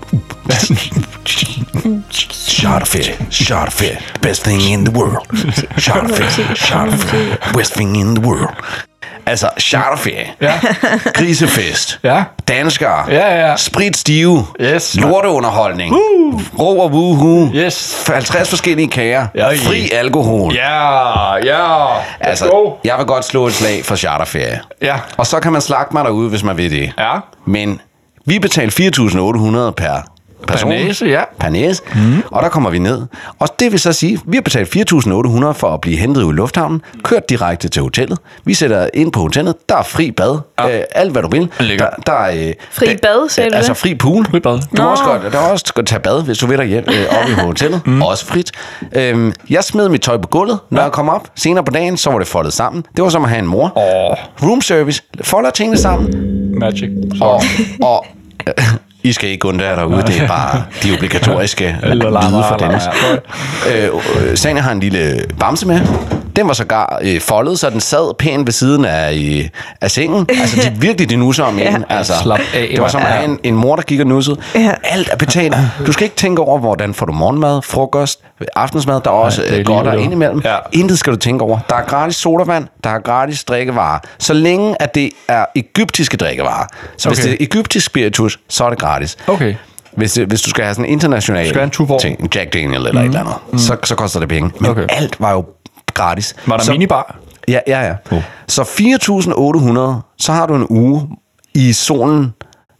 Charterferie, charterferie, best thing in the world. Charterferie, charterferie, best thing in the world. Altså, charterferie, Ja. grisefest, Ja. danskere, Ja, ja, ja. spritstive, Yes. lorteunderholdning, ro og woohoo, Yes. halvtreds forskellige kager, Ja, fri alkohol. Ja, ja. Let's Altså, go. jeg vil godt slå et slag for charterferie. Ja. Og så kan man slagte mig derude, hvis man vil det. Ja. Men vi betaler fire tusind otte hundrede per person. næse, ja. Per næse. Mm. Og der kommer vi ned. Og det vil så sige, vi har betalt fire tusind otte hundrede for at blive hentet ud i lufthavnen, kørt direkte til hotellet. Vi sætter ind på hotellet. Der er fri bad. Ja. Øh, alt, hvad du vil. Lækker. Der, der er, øh, Fri der- bad, sagde du Altså det? fri pool. Fri bad. Du må Nå. også godt, der er også godt tage bad, hvis du vil derhjemme øh, oppe i hotellet. Mm. Også frit. Øhm, jeg smed mit tøj på gulvet, når Ja. jeg kom op. Senere på dagen, så var det foldet sammen. Det var som at have en mor. Åh, Room service. Folder tingene sammen. magic. Og, og øh, I skal ikke undre jer derude, det er bare de obligatoriske Eller lyde larmer, for eller- Dennis. Øh, øh, Sanja har en lille bamse med. Den var sågar øh, foldet, så den sad pænt ved siden af, øh, af sengen. Altså, de virkelig de nusser om en. Altså, Slap af, det var som at mand. have en, en mor, der gik og nussede. Ja. Alt er betalt. Du skal ikke tænke over, hvordan får du morgenmad, frokost, aftensmad. Der er også det er øh, godt livet, og jo. indimellem. Ja. Intet skal du tænke over. Der er gratis sodavand, der er gratis drikkevarer. Så længe at det er egyptiske drikkevarer. Så okay. hvis Okay. det er egyptisk spiritus, så er det gratis. Okay. Hvis, det, hvis du skal have sådan en international skal have en Tuborg. ting, Jack Daniel eller mm. et eller andet, mm. så, så koster det penge. Men Okay. okay. alt var jo gratis. Var der så, minibar? Ja, ja, ja. Oh. Så fire tusind otte hundrede, så har du en uge i solen,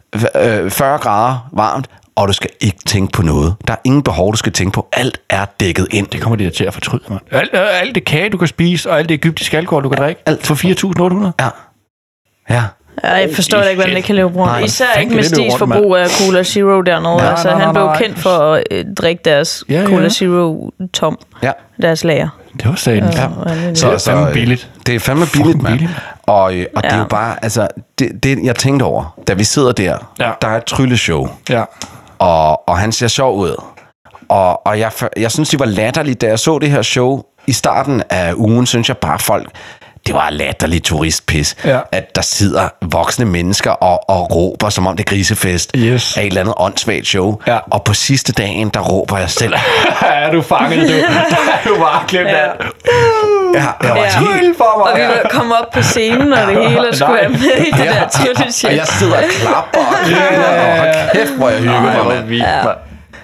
øh, fyrre grader varmt, og du skal ikke tænke på noget. Der er ingen behov, du skal tænke på. Alt er dækket ind. Det kommer de da til at fortryde, mand. Alt, øh, alt det kage, du kan spise, og alt det egyptiske alkohol, du kan drikke. Alt. For fire tusind otte hundrede? Ja. Ja. Ja, jeg forstår da ikke, hvordan det kan leve rundt. Nej, Især fanden ikke kan med det løbe Stigs rundt, forbrug af Cola Zero dernede. Nej, altså, nej, nej, han blev nej. kendt for at øh, drikke deres Ja, ja. Cola Zero tom. Ja. Deres lager. Det var sandt. Ja. Ja. Så, Det er fandme billigt. Det er fandme Fucking billigt, mand. billigt. Og, øh, og det er Ja. jo bare, altså, det, det jeg tænkte over, da vi sidder der, Ja. der er et trylleshow, Ja. og, og han ser sjov ud. Og, og jeg, jeg synes, det var latterligt, da jeg så det her show i starten af ugen, synes jeg bare folk, det var latterligt turistpis, Ja. at der sidder voksne mennesker og, og råber, som om det er grisefest Yes. af et eller andet åndssvagt show. Ja. Og på sidste dagen, der råber jeg selv. Er du fanget, du? Du var glemt Ja. alt. Ja, jeg var Ja. helt Helt for Og vi mig. var kommet op på scenen, og det hele og skulle Nej. være med i det der og trylleshow. jeg sidder og klapper og griner, og hold kæft, hvor jeg hygger mig, Ej, hvor mand. vildt, mand.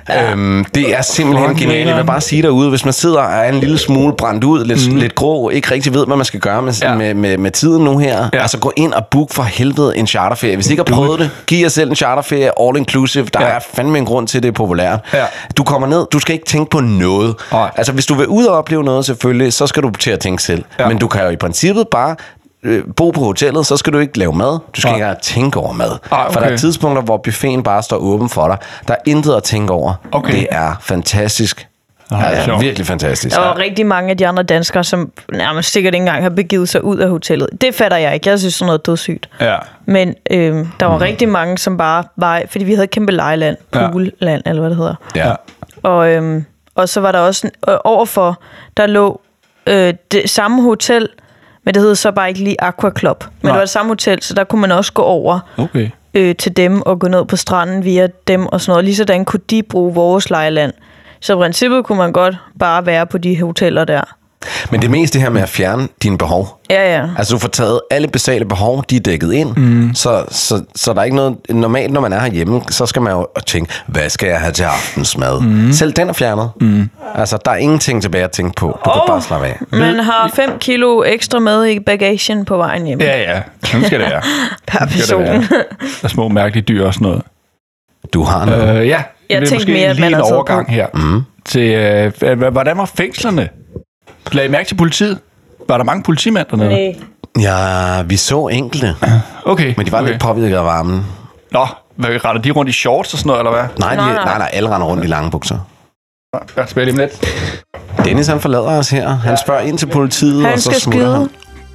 Ja. Øhm, det er simpelthen genialt. Jeg vil bare sige derude, hvis man sidder og er en lille smule brændt ud, lidt, mm. lidt grå, ikke rigtig ved, hvad man skal gøre med, ja. med, med, med tiden nu her. Ja. Altså gå ind og book for helvede en charterferie. Hvis I ikke har prøvet det, giv jer selv en charterferie, all inclusive. Der ja. er fandme en grund til, at det er populært. Ja. Du kommer ned, du skal ikke tænke på noget. Ej. Altså hvis du vil ud og opleve noget selvfølgelig, så skal du til at tænke selv. Ja. Men du kan jo i princippet bare øh, bo på hotellet, så skal du ikke lave mad. Du skal ja. ikke tænke over mad. Ej, okay. For der er tidspunkter, hvor buffeten bare står åben for dig. Der er intet at tænke over. Okay. Det er fantastisk. Ja, det er virkelig fantastisk. Der var ja. rigtig mange af de andre danskere, som nærmest sikkert ikke engang har begivet sig ud af hotellet. Det fatter jeg ikke. Jeg synes sådan noget dødssygt. Ja. Men øh, der var mm. rigtig mange, som bare var... Fordi vi havde et kæmpe lejeland. Poolland, ja. eller hvad det hedder. Ja. Og, øh, og så var der også... Øh, overfor, der lå øh, det samme hotel, men det hed så bare ikke lige Aqua Club. Men Nej. det var det samme hotel, så der kunne man også gå over okay. øh, til dem og gå ned på stranden via dem og sådan noget. Lige sådan kunne de bruge vores lejeland. Så i princippet kunne man godt bare være på de hoteller der. Men det meste her med at fjerne dine behov. Ja, ja. Altså du får taget alle basale behov, de er dækket ind. Mm. Så, så, så der er ikke noget... Normalt, når man er herhjemme, så skal man jo tænke, hvad skal jeg have til aftensmad? Mm. Selv den er fjernet. Mm. Altså, der er ingenting tilbage at tænke på. Du oh, kan bare slappe af. Man har fem kilo ekstra med i bagagen på vejen hjem. Ja, ja. Sådan skal det være. Per person. Der er små mærkelige dyr og sådan noget. Du har noget. Øh, ja. Jeg det er tænkte mere, at man en overgang på. her. Mm. Til, øh, hvordan var fængslerne? Lagde I mærke til politiet? Var der mange politimænd dernede? Nej. Ja, vi så enkelte. Okay. Men de var okay. lidt påvirket af varmen. Nå, hvad, render de rundt i shorts og sådan noget, eller hvad? Nej, de, nej, nej. nej, alle render rundt i lange bukser. Jeg spiller lige lidt. Dennis, han forlader os her. Han spørger ind til politiet, han og så smutter han.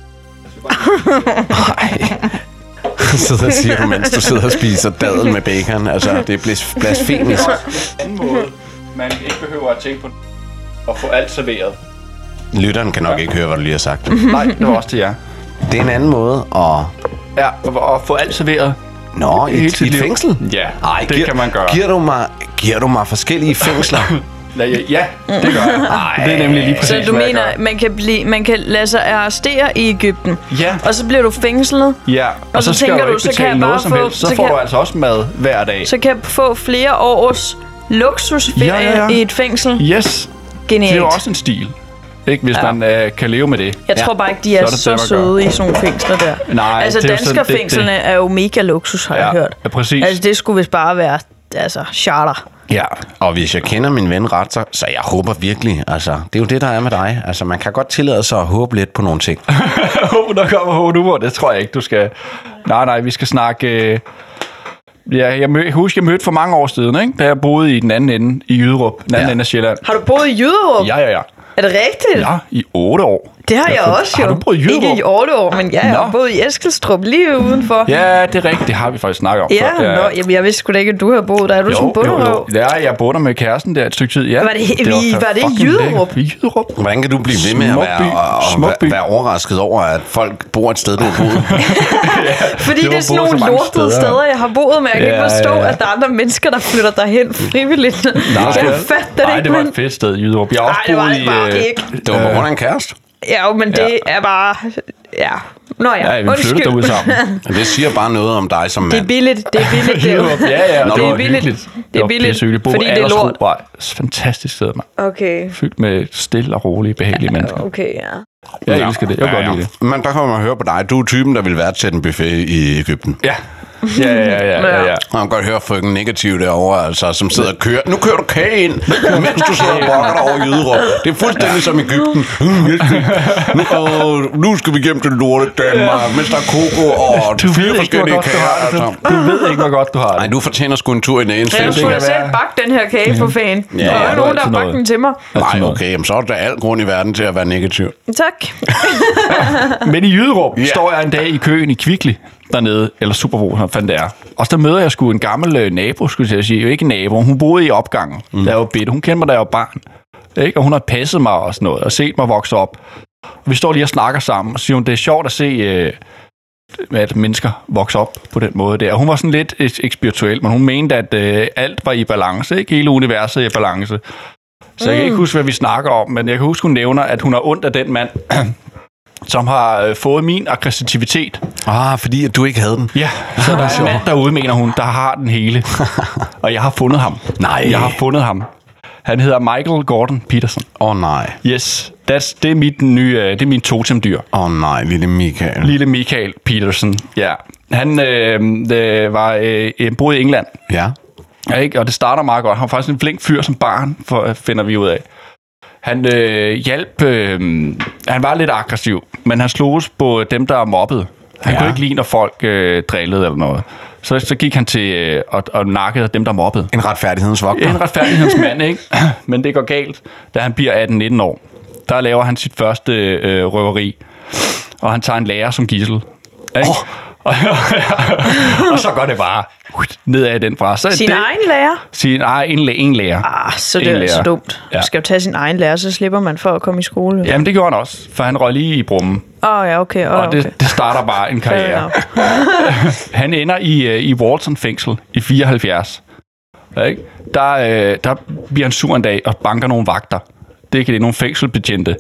Nej. Så der siger du, mens du sidder og spiser dadel med bacon. Altså, det er blasfemisk. En måde, man ikke behøver at tænke på at få alt serveret. Lytteren kan nok ja. ikke høre, hvad du lige har sagt. Nej, det var også til jer. Det er en anden måde at... Ja, at få alt serveret. Nå, i et, et fængsel? Ja, Ej, det giver, kan man gøre. Giver du mig, giver du mig forskellige fængsler? Ja, ja, det gør jeg. Ej, det er nemlig lige præcis, så du mener, man kan, blive, man kan lade sig arrestere i Egypten, ja. og så bliver du fængslet, ja. og, og så, så tænker du, så kan jeg bare få... Helst. Så, så får kan, du altså også mad hver dag. Så kan jeg få flere års luksusferie ja, ja, ja. i et fængsel. Yes. Genialt. Det er jo også en stil. Ikke, hvis ja. man øh, kan leve med det. Jeg tror bare ikke, de er så, er så søde i sådan nogle fængsler der. Nej, altså, danskerfængslerne er jo mega luksus, har ja, jeg hørt. Ja, præcis. Altså, det skulle vist bare være altså, charter. Ja, og hvis jeg kender min ven ret, så, så jeg håber virkelig, altså, det er jo det, der er med dig. Altså, man kan godt tillade sig at håbe lidt på nogle ting. Håber, der kommer håb nu, det tror jeg ikke, du skal. Nej, nej, vi skal snakke... Øh... Ja, jeg mød, husker, jeg mødte for mange år siden, ikke? Da jeg boede i den anden ende, i Jyderup, den anden ja. ende af Sjælland. Har du boet i Jyderup? Ja, ja, ja. Er det rigtigt? Ja, i otte år. Det har jeg, jeg også jo. Har du boet i Jyderup? Ikke i otte år, men ja, jeg har boet i Eskilstrup lige udenfor. Ja, det er rigtigt. Det har vi faktisk snakket om. Ja, før. ja. Nå, jamen, jeg vidste sgu da ikke, at du havde boet der. Er du jo, sådan en bunderøv? Ja, jeg boede der med kæresten der et stykke tid. Ja. Var det, det var, var det i Jyderup? I Jyderup. Hvordan kan du blive ved med at være, og, og være overrasket over, at folk bor et sted, du har boet? ja, Fordi det, det er sådan nogle lortede steder, jeg har boet, men jeg kan ikke forstå, at der er andre mennesker, der flytter derhen frivilligt. Jeg fatter det Nej, det var et fedt sted i Jyderup. Jeg har også boet i... Det var på grund af en kæreste. Ja, men det ja. er bare... Ja. Nå ja, ja vi flyttede derud sammen. Det siger bare noget om dig som mand. Det er billigt, det er billigt. Det er ja, ja, Nå, det er billigt. Det er billigt, det fordi det er lort. Vej. Fantastisk sted, mand. Okay. Fyldt med stille og rolige, behagelige ja, mennesker. Okay, ja. Jeg ja, elsker det. Jeg ja, godt ja. lide det. Men der kommer man at høre på dig. Du er typen, der vil værdsætte en buffet i Egypten. Ja. Ja, ja, ja, ja, ja. Man kan godt høre frøken negativ derovre, altså, som sidder og kører. Nu kører du kage ind, mens du sidder og brokker dig over Jyderup. Det er fuldstændig som Egypten. Nu, øh, nu skal vi hjem til lorte Danmark, mens der er koko og du fire forskellige kager. Altså. Du ved ikke, hvor godt du har det. Nej, du fortjener sgu en tur i dagens fængsel. Jeg skulle selv bakke den her kage for fan. Ja, der er nogen, der har bagt den til mig. Nej, okay, jamen, så er der al grund i verden til at være negativ. Tak. Men i Jyderup står jeg en dag i køen i Kvickly dernede, eller Superbrug, han fandt det er. Og der møder jeg sgu en gammel øh, nabo, skulle jeg sige. Jo ikke nabo, hun boede i opgangen, mm. da jeg var bitte. Hun kendte mig, da jeg var barn. Ikke? Og hun har passet mig og sådan noget, og set mig vokse op. Og vi står lige og snakker sammen, og siger hun, det er sjovt at se, øh, at mennesker vokser op på den måde der. Og hun var sådan lidt spirituel, men hun mente, at øh, alt var i balance, ikke? Hele universet er i balance. Så jeg kan ikke huske, hvad vi snakker om, men jeg kan huske, hun nævner, at hun har ondt af den mand, som har øh, fået min aggressivitet. Ah, fordi at du ikke havde den. Ja, så der er en mand derude, mener hun, der har den hele. Og jeg har fundet ham. Nej. Jeg har fundet ham. Han hedder Michael Gordon Peterson. Åh oh, nej. Yes, that's, det er mit nye, det er min totemdyr. Åh oh, nej, lille Michael. Lille Michael Peterson, ja. Han øh, øh, var øh, boede i England. Ja. Ja, ikke? Og det starter meget godt. Han var faktisk en flink fyr som barn, for, finder vi ud af. Han øh, hjalp... Øh, han var lidt aggressiv, men han sloges på dem, der mobbede. Han ja. kunne ikke lide, når folk øh, drillede eller noget. Så, så gik han til øh, og, og nakkede dem, der mobbede. En retfærdighedsvogter. En retfærdighedsmand, ikke? Men det går galt, da han bliver atten nitten år. Der laver han sit første øh, røveri. Og han tager en lærer som gidsel. Ikke? Oh. Og, og så går det bare nedad den fra. Så sin det, egen lærer? Sin egen en, en lærer. Ah, så det er så dumt. Ja. Du skal jo tage sin egen lærer, så slipper man for at komme i skole. Eller? Jamen, det gjorde han også, for han røg lige i brummen. Åh, oh, ja, okay. Oh, og det, okay. det starter bare en karriere. Han ender i, i Walton fængsel i fireoghalvfjerds. Ikke? Der, der bliver han sur en dag og banker nogle vagter. Det kan det nogle fængselbetjente.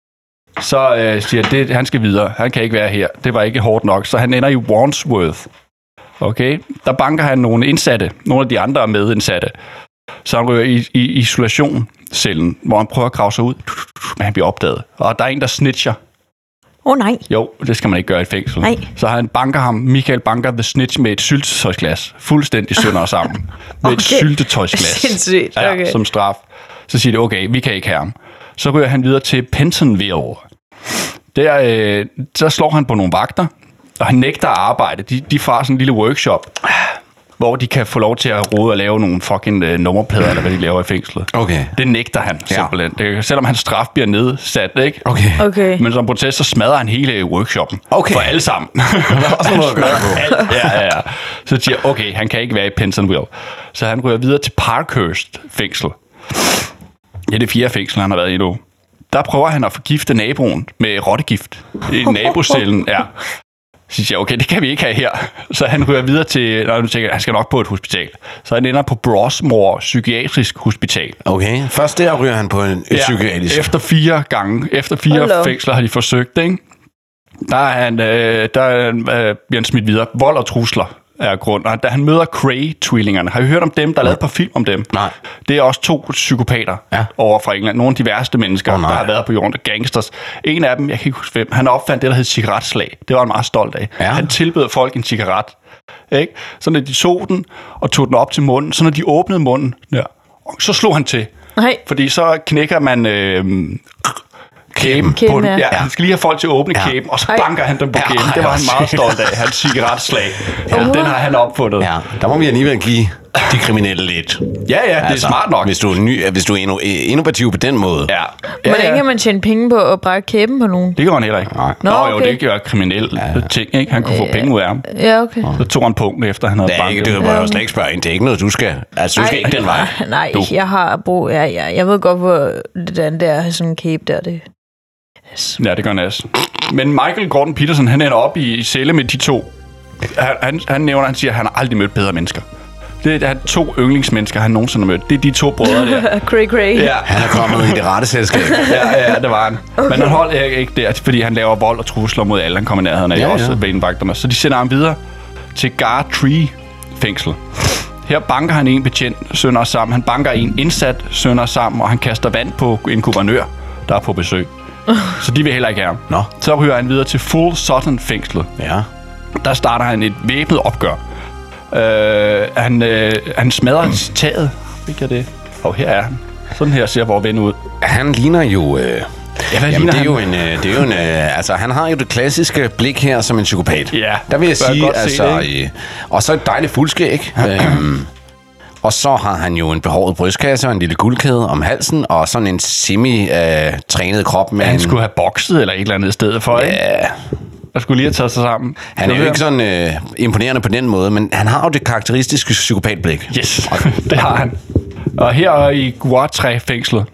Så øh, siger det, han skal videre. Han kan ikke være her. Det var ikke hårdt nok. Så han ender i Wandsworth. Okay? Der banker han nogle indsatte. Nogle af de andre medindsatte. Så han ryger i, i isolationscellen, hvor han prøver at grave sig ud. Men han bliver opdaget. Og der er en, der snitcher. Åh oh, nej. Jo, det skal man ikke gøre i et fængsel. Nej. Så han banker ham, Michael banker The Snitch med et syltetøjsglas. Fuldstændig sønder sammen. Med okay. et syltetøjsglas. Sindssygt. Okay. Ja, som straf. Så siger det, okay, vi kan ikke have ham. Så ryger han videre til Pentonville. Der, øh, så slår han på nogle vagter, og han nægter at arbejde. De, de får sådan en lille workshop, hvor de kan få lov til at rode og lave nogle fucking øh, nummerplader, eller hvad de laver i fængslet. Okay. Det nægter han simpelthen. Ja. Det, selvom hans straf bliver nedsat, ikke? Okay. Okay. Men som protest, så smadrer han hele workshoppen. Okay. For alle sammen. Der er også noget at gøre på. Ja, ja, ja. Så siger okay, han kan ikke være i Pentonville. Så han ryger videre til Parkhurst fængsel. Ja, det fjerde fængsel, han har været i nu. Der prøver han at forgifte naboen med rottegift i nabocellen. Ja. Så siger jeg, okay, det kan vi ikke have her. Så han ryger videre til, når du tænker, han skal nok på et hospital. Så han ender på Brossmore Psykiatrisk Hospital. Okay, først der ryger han på en, et ja, psykiatrisk. Efter fire gange, efter fire Hello. fængsler har de forsøgt, ikke? Der er han, øh, der er, øh, bliver han smidt videre. Vold og trusler er grund. Og da han møder Cray-tvillingerne, har I hørt om dem? Der er lavet et par film om dem. Nej. Det er også to psykopater ja. over fra England. Nogle af de værste mennesker, oh, der har været på jorden. Gangsters. En af dem, jeg kan ikke huske hvem, han opfandt det, der hed cigaretslag. Det var han meget stolt af. Ja. Han tilbød folk en cigaret. Ikke? Så når de så den og tog den op til munden, så når de åbnede munden, ja, så slog han til. Nej. Fordi så knækker man... Øh, kæben på den. Ja, han skal lige have folk til at åbne ja. kæben, og så banker han dem på kæben. Det var han meget stolt af. Hans cigaretslag. Ja. Den har han opfundet. Ja, der må vi alligevel give de kriminelle lidt. Ja, ja, det altså, er smart nok. Hvis du er, ny, hvis du er innovativ på den måde. Ja. Ja, hvordan ja. kan man tjene penge på at brække kæben på nogen? Det gør han heller ikke. Nej. Nå, Nå okay. jo, det gør kriminelle ja. ting, ikke? Han kunne få penge ud af ham. Ja, okay. Så tog han punkt efter, han havde banket. Det er ikke, det var jo slet ikke spørge ind. Det er ikke noget, du skal. Altså, du skal ikke den vej. Nej, jeg har brug... Ja, ja, jeg ved godt, hvor den der sådan en kæbe der, det... Yes. Ja, det gør Nas. Men Michael Gordon Peterson, han ender op i, i celle med de to. Han, han, han nævner, han siger, at han har aldrig mødt bedre mennesker. Det er to yndlingsmennesker, han nogensinde har mødt. Det er de to brødre der. Cray Cray. Ja. Han er kommet i det rette selskab. ja, ja, det var han. Okay. Men han holdt ikke der, fordi han laver vold og trusler mod alle. Han kommer i nærheden af ja, også ja. benvagterne. Så de sender ham videre til Gartree fængsel. Her banker han en betjent sønder sammen. Han banker en indsat sønder sammen, og han kaster vand på en guvernør, der er på besøg. Så de vil heller ikke have ham. Nå. Så ryger han videre til Full Sutton fængslet. Ja. Der starter han et væbnet opgør. Øh, han, øh, han smadrer taget. Fik jeg det? Og oh, her er han. Sådan her ser vores ven ud. Han ligner jo... Øh... Ja, hvad Jamen, det er han? jo en, det er jo en, altså han har jo det klassiske blik her som en psykopat. Ja. Der vil jeg sige, jeg altså, se det, og så et dejligt fuldskæg. øhm, og så har han jo en behåret brystkasse og en lille guldkæde om halsen og sådan en semi-trænet øh, krop med. Han en... skulle have bokset eller et eller andet sted for, ikke? Ja. Jeg skulle lige have taget sig sammen. Han er jo ikke sådan øh, imponerende på den måde, men han har jo det karakteristiske psykopatblik. Yes, det har han. Og her i Guartre-fængslet,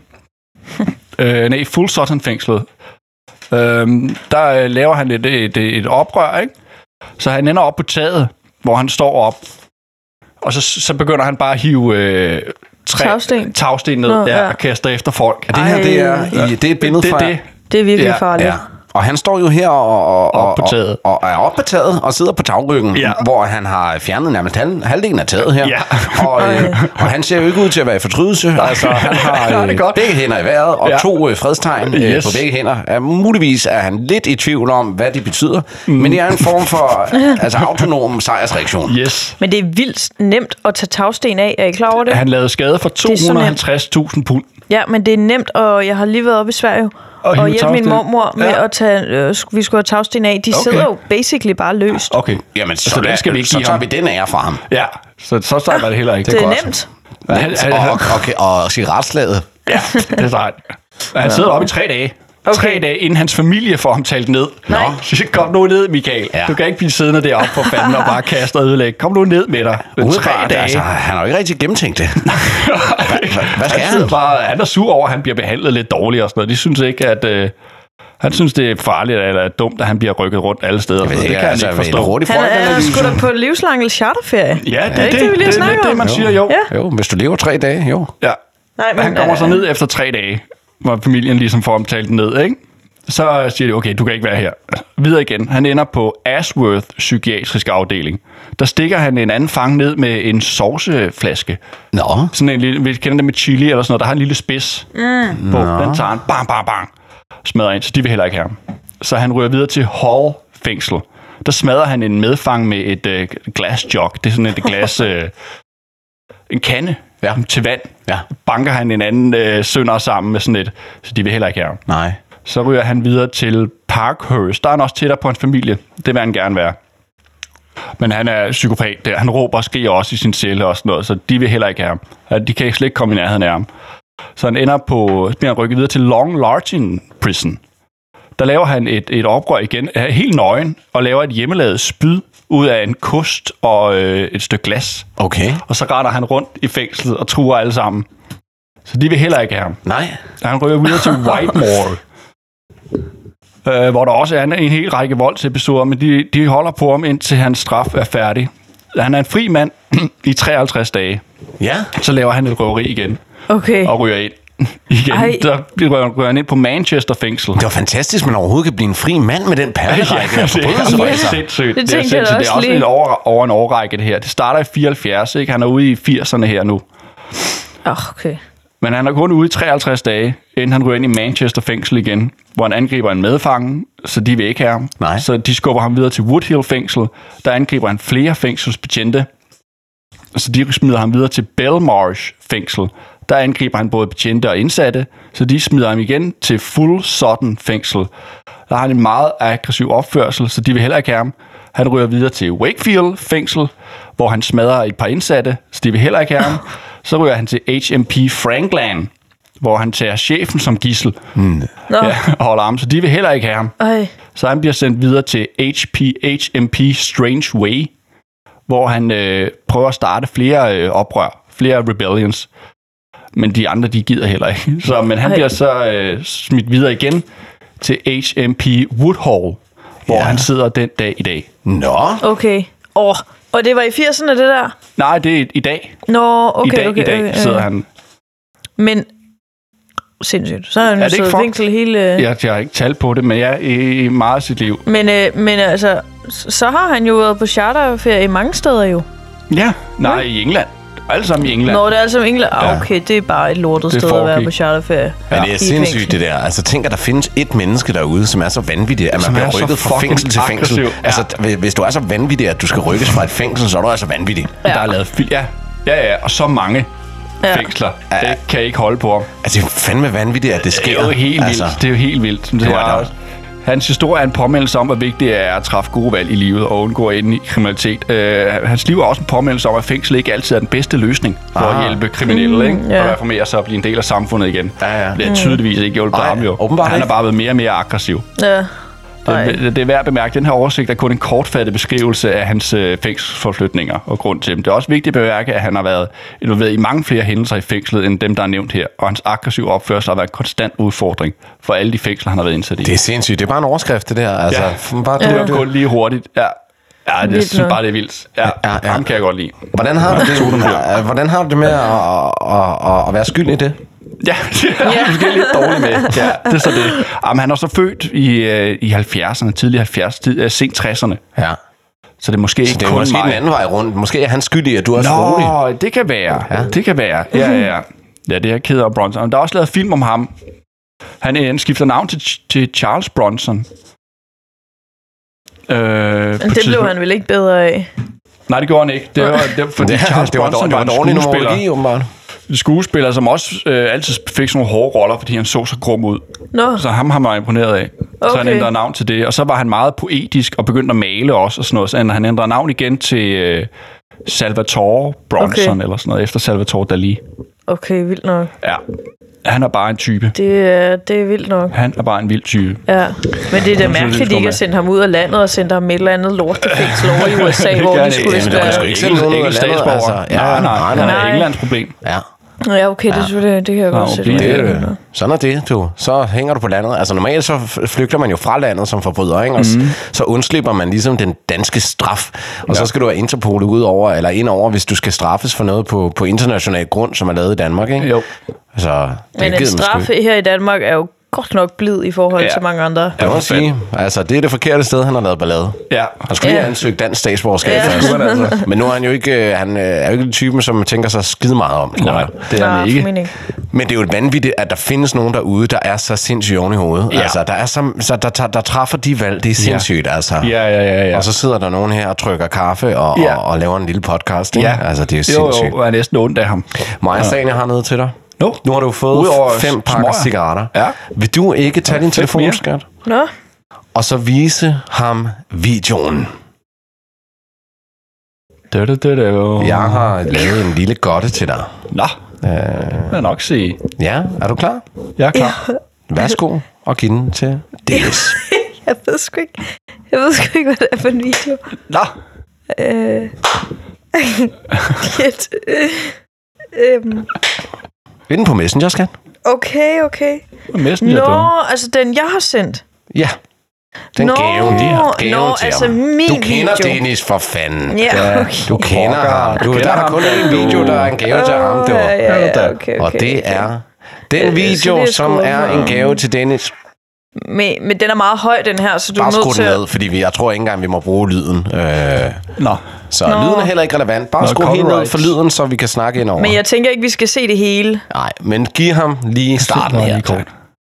øh, nej, Full Sutton-fængslet, øh, der øh, laver han et, et, et oprør, ikke? Så han ender op på taget, hvor han står op, og så, så begynder han bare at hive øh, træ, tagsten. tagsten ned Nå, der, ja. og kaster efter folk. Og det her, det er, i, det er et billede det, fra... Det, det. det er virkelig ja. farligt. Ja. Og og han står jo her og, og, Op på taget. og, og er oppe på taget og sidder på tagryggen, Ja. hvor han har fjernet nærmest halv, halvdelen af taget her. Ja. Og, øh, og han ser jo ikke ud til at være i fortrydelse. Altså, han har Nej, det er øh, godt. begge hænder i vejret og Ja. to øh, fredstegn øh, Yes. på begge hænder. Er, muligvis er han lidt i tvivl om, hvad det betyder, mm. men det er en form for altså, autonom sejrsreaktion. Yes. Men det er vildt nemt at tage tagsten af. Er I klar over det? Han lavede skade for to hundrede og halvtreds tusind pund. Ja, men det er nemt, og jeg har lige været oppe i Sverige Og og, hive og hjælpe min tagsten. mormor med Ja. at tage, øh, sk- vi skulle have tagsten af. De Okay. sidder jo basically bare løst. Okay. Jamen, så, Så den skal vi ikke så give tager ham. vi den ære fra ham. Ja, så så sejt var det heller ikke. Det er godt. nemt. Han, han, Og, han, og, og, og cigaretslaget. ja, det er sejt. Han sidder oppe i tre dage. Okay. Tre dage, inden hans familie får ham talt ned. Nej. Så kom nu ned, Michael. Ja. Du kan ikke blive siddende deroppe for fanden og bare kaste og ødelægge. Kom nu ned med dig. Tre Udebart, dage. altså, han har jo ikke rigtig gennemtænkt det. Hvad skal han? sidder han? Bare, han er sur over, at han bliver behandlet lidt dårligt og sådan noget. De synes ikke, at... Øh, han synes, det er farligt eller dumt, at han bliver rykket rundt alle steder. Jeg ved det ikke, kan han altså, ikke en forstå. hurtig Han er folkeanalyse. sgu da på livslang charterferie. Ja, det er er ikke det. det, vi lige Det snakker er det, om? man siger, jo. Ja. Jo, hvis du lever tre dage, jo. Ja. Nej, men, Han kommer så øh, ned efter tre dage, hvor familien ligesom får ham talt ned, ikke? Så siger de, okay, du kan ikke være her. Videre igen. Han ender på Ashworth psykiatrisk afdeling. Der stikker han en anden fange ned med en sauceflaske. Nå. Sådan en lille, vi kender det med chili eller sådan noget. Der har en lille spids mm. på. Den tager han, bang, bang, bang, smadrer ind, så de vil heller ikke have ham. Så han ryger videre til Hall fængsel. Der smadrer han en medfang med et øh, glasjug. Det er sådan et glas... Øh, en kande Ja. til vand. Ja. Banker han en anden øh, sønder sammen med sådan et, så de vil heller ikke have ham. Nej. Så ryger han videre til Parkhurst. Der er han også tættere på hans familie. Det vil han gerne være. Men han er psykopat der. Han råber og skriger også i sin celle og sådan noget, så de vil heller ikke have ham. De kan slet ikke komme i nærheden af ham. Så han ender på, så bliver han rykket videre til Long Lartin Prison. Der laver han et, et oprør igen, er helt nøgen, og laver et hjemmelavet spyd ud af en kost og øh, et stykke glas. Okay. Og så retter han rundt i fængslet og truer alle sammen. Så de vil heller ikke have ham. Nej. Han ryger videre til Whitemore, øh, hvor der også er en, en hel række voldsepisoder, men de, de holder på ham, indtil hans straf er færdig. Han er en fri mand i treoghalvtreds dage. Ja. Så laver han et røveri igen Okay. og ryger ind igen. Ej. Så ryger, ryger han ind på Manchester fængsel. Det var fantastisk, at man overhovedet kan blive en fri mand med den perlerække af forbrydelser. det er altså. sindssygt. Det Det, er tænkte jeg sindssygt. da Det er også også lige. lidt over, over en årrække, det her. Det starter i fireoghalvfjerds, ikke? Han er ude i firserne her nu. Oh, okay. Men han er kun ude i treoghalvtreds dage, inden han ryger ind i Manchester fængsel igen, hvor han angriber en medfange, så de vil ikke have ham. Nej. Så de skubber ham videre til Woodhill fængsel. Der angriber han flere fængselsbetjente, så de smider ham videre til Belmarsh fængsel. Der angriber han både betjente og indsatte, så de smider ham igen til Full Sutton fængsel. Der har han en meget aggressiv opførsel, så de vil heller ikke have ham. Han ryger videre til Wakefield fængsel, hvor han smadrer et par indsatte, så de vil heller ikke have ham. Så ryger han til H M P Frankland, hvor han tager chefen som gidsel. Mm. Nå, Ja, og holder ham, så de vil heller ikke have ham. ej. Så han bliver sendt videre til H P H M P Strange Way, hvor han øh, prøver at starte flere øh, oprør, flere rebellions. Men de andre, de gider heller ikke. Så, men han Ej. bliver så øh, smidt videre igen til H M P Woodhall, hvor Ja. han sidder den dag i dag. Nå. Okay. Åh, og det var i firserne, det der? Nej, det er i dag. Nå, okay, I dag, okay. i dag okay, sidder okay. han. Men, sindssygt. Så har han Er jo det ikke siddet i for- fængsel hele... Jeg, jeg har ikke talt på det, men jeg er i, i meget af sit liv. Men, øh, men altså, s- så har han jo været på charterferie i mange steder jo. Ja, nej, i England. Alle sammen i England. Nå, det er altså England. Ja. Ah, okay, det er bare et lortet Det sted at være foregik. på charterferie. Men det er I sindssygt, fængsel. det der. Altså, tænk, at der findes et menneske derude, som er så vanvittigt, at man Som bliver er så rykket fra fucking fængsel til fængsel. aggressiv. Ja. Altså, hvi- hvis du er så vanvittig, at du skal rykkes fra et fængsel, så er du altså vanvittig. Ja. Der er lavet film. Ja, ja, ja, og så mange Ja. fængsler. Ja. Det kan ikke holde på ham. Altså, det er fandme vanvittigt, at det sker. Det er jo helt vildt. Altså, Det er jo helt vildt. Det var er det også. Hans historie er en påmeldelse om, hvor vigtigt det er at træffe gode valg i livet og undgå at ende i kriminalitet. Uh, hans liv er også en påmeldelse om, at fængsel ikke altid er den bedste løsning for Ah. at hjælpe kriminelle, Mm, ikke? ja. Og reformere sig og blive en del af samfundet igen. Ja, ja. Det er tydeligvis ikke hjulpet Nej, ham jo. åbenbart Han er ikke. bare blevet mere og mere aggressiv. Ja. Ej. Det, det, det er værd at bemærke, den her oversigt er kun en kortfattet beskrivelse af hans øh, fængselsforflytninger og grund til dem. Det er også vigtigt at bemærke, at han har været involveret i mange flere hændelser i fængslet, end dem, der er nævnt her. Og hans aggressive opførsel har været en konstant udfordring for alle de fængsler, han har været indsat i. det er sindssygt. Det er bare en overskrift, det der. Altså, Ja. bare, Det du, var du, kun lige hurtigt. Ja, ja det Vildt synes nok. bare, det er vildt. Ja, Ja, ja, ja. Ham kan jeg godt lide. hvordan, har du det, hvordan har du det med at, at, at, at være skyld i det? Ja, det er ja. måske lidt dårligt med. Ja, det er så det. Jamen, han er så født i, øh, i halvfjerdserne, tidlige halvfjerdserne, øh, sent tresserne. Ja. Så det er måske så ikke det er kun måske mig. den anden vej rundt. Måske er han skyldig, at du er Nå, rolig. det kan være. Ja. Det kan være. Ja, ja, ja. Ja, det er ked af Bronson. Der er også lavet film om ham. Han, han skifter navn til, til Charles Bronson. Øh, Men det blev han vel ikke bedre af? Nej, det gjorde han ikke. Det var, det var fordi det, Charles det var, Bronson det var, var, var en skuespiller. Åbenbart. Skuespiller, som også øh, altid fik sådan nogle hårde roller, fordi han så så grum ud. Nå. Så ham har man imponeret af. Okay. Så han ændrede navn til det. Og så var han meget poetisk og begyndte at male også og sådan noget. Så han ændrede navn igen til øh, Salvatore Bronson okay. eller sådan noget, efter Salvatore Dali. Okay, vildt nok. Ja. Han er bare en type. Det er, det er vildt nok. Han er bare en vild type. Ja, men det er da mærkeligt, at de ikke har sendt ham ud af landet og sendt ham et eller andet lortefængsel over i U S A, hvor de skulle vist være... Det er ikke sendt nogen ud af landet, altså. Ja, nej, nej, nej, nej. Englands problem. Ja. Ja, okay, det, ja. det, det kan jeg godt se. Det, det, sådan er det, du. Så hænger du på landet. Altså normalt så flygter man jo fra landet som forbryder, ikke? Og mm. så undslipper man ligesom den danske straf. Og ja. så skal du have Interpol ud over, eller ind over, hvis du skal straffes for noget på, på international grund, som er lavet i Danmark, ikke? Jo. Altså, men en straf her i Danmark er jo godt nok blid i forhold ja. til mange andre. Jeg må sige, altså det er det forkerte sted, han har lavet ballade. Ja. Han skulle lige ja. ansøge dansk statsborgerskab ja. først. Altså. Men nu er han jo ikke, han er jo ikke den typen, som tænker sig skide meget om. Nej, det er han ikke. Men det er jo et vanvittigt, at der findes nogen derude, der er så sindssygt oven i hovedet. Ja. Altså, der, er så, så der, der, der træffer de valg, det er sindssygt, ja. altså. Ja, ja, ja, ja. Og så sidder der nogen her og trykker kaffe og, ja. og, og laver en lille podcast. Ikke? Ja. Altså, det er sindssygt. Jo, jo, jeg er næsten ondt af ham. Maja Sagen, jeg har noget til dig. No. Nu har du fået fem pakker cigaretter. Ja. Vil du ikke tage din telefon, skat? Nå. Og så vise ham videoen. Da, da, da, da. Jeg har lavet en lille godte til dig. Nå, øh. jeg vil nok se. Ja, er du klar? Jeg er klar. Værsgo og giv den til Dennis. Jeg ved sgu ikke, jeg ved sgu ikke, hvad det er for en video. Nå. Øh. Shit. Øhm. Inden på Messenger, skat. Okay, okay. Messenger, Nå, altså den, jeg har sendt. Ja. Den Nå, gave, de har. Gaven nå, til altså ham. min Du kender video. Dennis for fanden. Ja, okay. Du kender ham. Du, kender der er ham, kun en du. video, der er en gave til ham. Det var. Ja, ja, ja, okay, okay, Og det okay. er den Øh, video, det er som sgu- er en gave til Dennis. Men, men den er meget høj, den her, så du Bare er skru nødt den til... ned, fordi vi, jeg tror ikke engang, vi må bruge lyden. Øh, Nå. så Nå. lyden er heller ikke relevant. Bare Nå, skru helt ned copyrights. for lyden, så vi kan snakke ind over. Men jeg tænker ikke, vi skal se det hele. Nej, men giv ham lige starten her. Tak.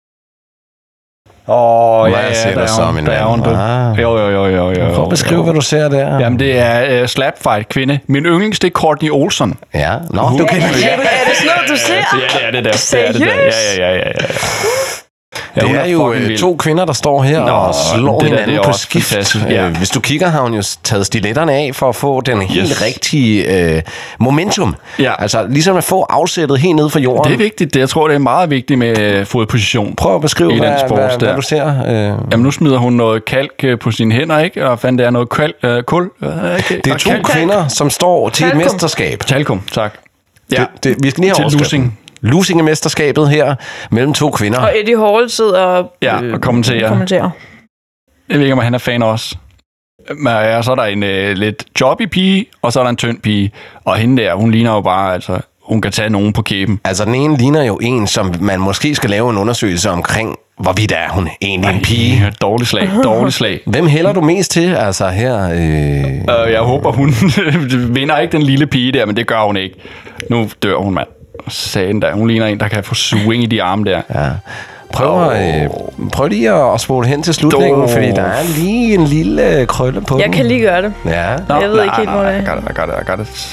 Åh, oh, Hvad ja, ja, ser der du så, er min der er ven? hun, Ah. Jo, jo, jo, jo, jo. Prøv at beskrive, hvad du ser der. Jamen, det er uh, slapfight kvinde. Min yndlings, det er Courtney Olsen. Ja, nå, du kender det. Er det sådan noget, du ser? Ja, det er det der. Det er det der. Seriøst? Ja, ja, ja, ja, ja. Ja, Det hun er jo fucking øh, vild. to kvinder, der står her Nå, og slår det der, hinanden det er på også skift. fantastisk, ja. Øh, Hvis du kigger, har hun jo taget stiletterne af for at få den helt Yes. rigtige øh, momentum. Ja. Altså ligesom at få afsættet helt ned fra jorden. Det er vigtigt. Det, jeg tror, det er meget vigtigt med øh, fodposition. Prøv at beskrive, I den hvad, sport hvad, der. hvad du ser. Øh. Jamen, nu smider hun noget kalk øh, på sine hænder, ikke? Og fandt, det er noget kal, øh, kul. Øh, okay. Det er to kalk. kvinder, som står til et Talkum. mesterskab. Talkum, tak. Ja, Det, det, vi skal lige have til overskriften. losing. Lusingemesterskabet her mellem to kvinder. Og Eddie Hall sidder og, Ja, og kommenterer. kommenterer. Jeg ved ikke, om han er fan også. Men ja, så er der en øh, lidt jobby pige, og så er der en tynd pige. Og hende der, hun ligner jo bare, altså, hun kan tage nogen på kæben. Altså, den ene ligner jo en, som man måske skal lave en undersøgelse omkring, hvorvidt er hun egentlig en pige. Ja, dårlig slag, dårlig slag. Hvem hælder du mest til, altså her? Øh... Uh, jeg håber, hun vinder ikke den lille pige der, men det gør hun ikke. Nu dør hun, mand. Sagen der. Hun ligner en, der kan få swing i de arme der. Ja. Prøv, øh, prøv lige at, at spole hen til slutningen, Dog. fordi der er lige en lille krølle på Jeg den. kan lige gøre det. Ja. Nå, Jeg ved ikke helt, hvor det er. I got it, I got it, I got it.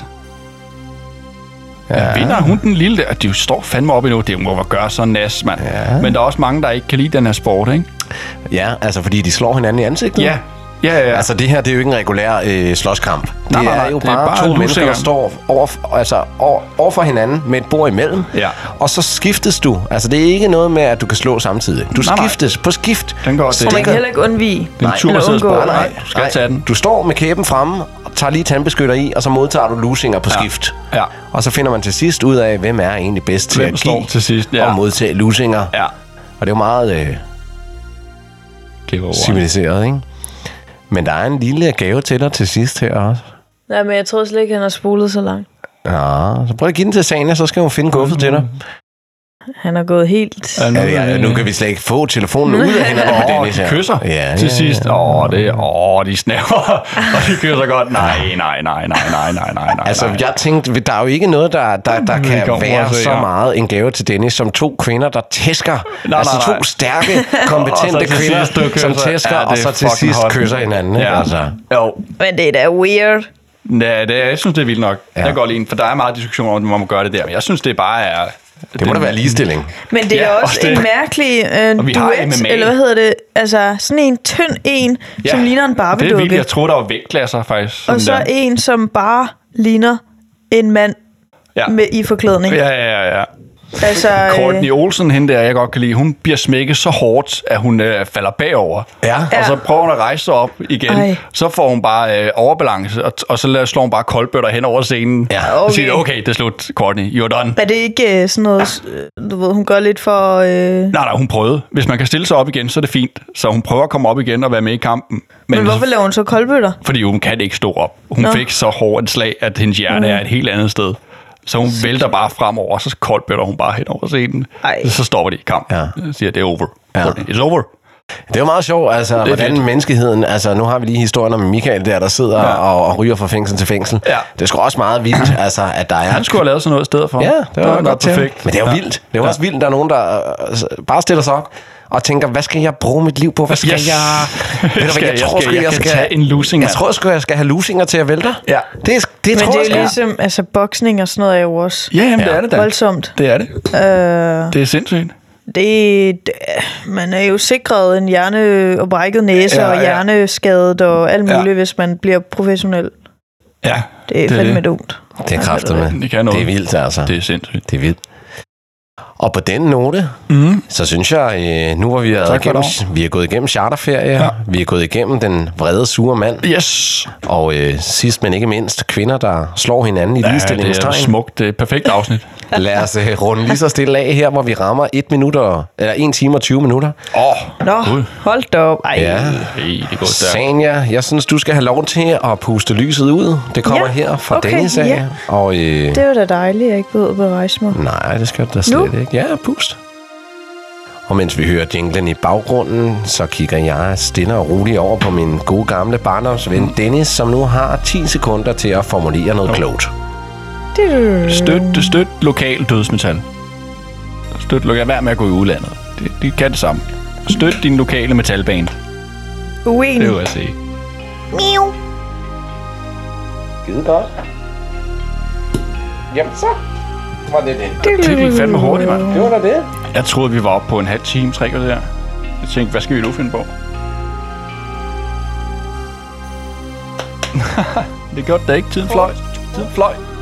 Ja. Ja. Vinder hun den lille der? De står fandme op endnu. Det må gøre så næs, mand. Ja. Men der er også mange, der ikke kan lide den her sport, ikke? Ja, altså fordi de slår hinanden i ansigtet. Ja. Ja, ja, ja. Altså det her, det er jo ikke en regulær øh, slåskamp. Det Nej, nej, nej, er jo det er bare, bare to mennesker, der lusinger. står over, altså, over, over for hinanden med et bord imellem. Ja. Og så skiftes du. Altså det er ikke noget med, at du kan slå samtidig. Du Nej, nej. skiftes på skift. Den går Så Og til. man kan heller ikke undvige. Den Nej, tur eller sidder undgå. sport. Nej, Nej, du skal tage den. Du står med kæben fremme og tager lige tandbeskytter i, og så modtager du lusinger på skift. Ja. Og så finder man til sidst ud af, hvem er egentlig bedst til Hvem at står give til sidst, ja. og modtage lusinger. Ja. Og det er jo meget øh, Giver over. civiliseret, ikke? Men der er en lille gave til dig til sidst her også. Nej, men jeg tror slet ikke, han har spolet så langt. Ja, så prøv at give den til Sanja, så skal hun finde guffet til dig. Han er gået helt... Ja, nu, Ja, ja, nu kan vi slet ikke få telefonen ud af hænderne på Åh, Dennis de her. kysser Ja, til ja, sidst. Åh, det, åh, de snæver, og de kysser godt. Nej, nej, nej, nej, nej, nej, nej, nej. Altså, jeg tænkte, der er jo ikke noget, der, der, der Vi kan kommer være også, så ja. meget en gave til Dennis, som to kvinder, der tæsker. Nej, altså nej, nej. to stærke, kompetente Og så til kvinder, sidst, du som kysser. tæsker, Ja, det og så er til fucking sidst hot. kysser hinanden. Ikke? Ja. Altså. Jo. Men det er da weird. Ja, det, jeg synes, det er vildt nok. Ja. Ja. Jeg går lige ind, for der er meget diskussion om, hvor man gør det der. Men jeg synes, det bare er... Det må da være ligestilling. Men det er Ja, også også det. en mærkelig øh, Og vi har duet, M M A. eller hvad hedder det? Altså, sådan en tynd en, ja. som ligner en Det er vildt. Barbie-dukke. Jeg troede, der var vægtklasser, faktisk. Og så der. en, som bare ligner en mand Ja. med i forklædning. Ja, ja, ja, ja. Altså, Courtney øh, Olsen, hende der, jeg godt kan lide, hun bliver smækket så hårdt, at hun øh, falder bagover. Ja. Og så prøver hun at rejse sig op igen. Ej. Så får hun bare øh, overbalance, og, og så lader- slår hun bare koldbøtter hen over scenen. Ja. Og Okay. siger, okay, det er slut, Courtney, you're done. er det ikke øh, sådan noget, øh, du ved, hun gør lidt for... Øh... Nej, nej, hun prøvede. Hvis man kan stille sig op igen, så er det fint. Så hun prøver at komme op igen og være med i kampen. Men hvorfor laver hun så koldbøtter? Fordi hun kan ikke stå op. Hun Nå. fik så hårdt et slag, at hendes hjerne er et helt andet sted. Så hun vælter bare fremover, og så koldbøtter hun bare hen over scenen. Ej. Så stopper de kampen. Ja. Ja. Siger, det er over. Ja. Ja. It's over. Det er jo meget sjovt, altså, hvordan fedt. menneskeheden... Altså, nu har vi lige historien om Michael der, der sidder ja. og, og ryger fra fængsel til fængsel. Ja. Det er sgu også meget vildt, altså, at der er... Han skulle have lavet sådan noget i stedet for. Ja, det var godt til ham. perfekt. Men det er jo Ja. vildt. Det er jo også vildt, der er nogen, der øh, bare stiller sig op og tænker, hvad skal jeg bruge mit liv på? Hvad skal Yes. jeg... Ved du hvad, Skal- jeg skal- jeg kan tage en losing, Jeg mand. tror sgu, jeg skal have lusinger til at vælte. Ja. Det, er, det Men tror det jeg er jo skal. ligesom, altså boksning og sådan noget er jo også Ja, jamen, det er det da. voldsomt. Det er det. Øh, Det er sindssygt. det, det, man er jo sikret en hjerne og brækket næse Ja, og ja. hjerneskadet og alt Ja. muligt, hvis man bliver professionel. Ja, Det er Det er fandme det. dumt. Det er kraftigt med. det kan noget. Det er vildt, altså. Det er sindssygt. Det er vildt. Og på den note, Mm. så synes jeg, øh, nu hvor vi er, Tak for igennem, det. vi er gået igennem charterferie, ja. Ja. vi er gået igennem den vrede, sure mand, Yes. og øh, sidst men ikke mindst, kvinder, der slår hinanden i Ja, det er ligestillingstegn. smukt. Det er et perfekt afsnit. Lad os øh, runde lige så stille af her, hvor vi rammer et minut og, eller en time og tyve minutter. Åh, oh, Nå, Gud. hold da op. Ej. Ja. hey, det går stærkt. Sanja, jeg synes, du skal have lov til at puste lyset ud. Det kommer Ja, her fra okay, Dennis af. ja. Og, øh, Det var da dejligt, at jeg ikke behøvede at berejse mig. nej, det skal du da slet Nu? ikke. Ja, pust. Og mens vi hører jinglen i baggrunden, så kigger jeg stille og roligt over på min gode gamle barndomsven Dennis, som nu har ti sekunder til at formulere noget klogt. Støt, støt lokal dødsmetal. Støt lokal. Vær med at gå i udlandet. De, de kan det samme. Støt din lokale metalband. Uenig. Det vil jeg sige. Miau. Skide godt. Jamen så var det det. Det gik fandme hurtigt, mand. Det var da det. Jeg troede, vi var oppe på en halv time, tre kvarter. Jeg tænkte, hvad skal vi nu finde på? Det gjorde det ikke. Tiden fløj. Tiden fløj.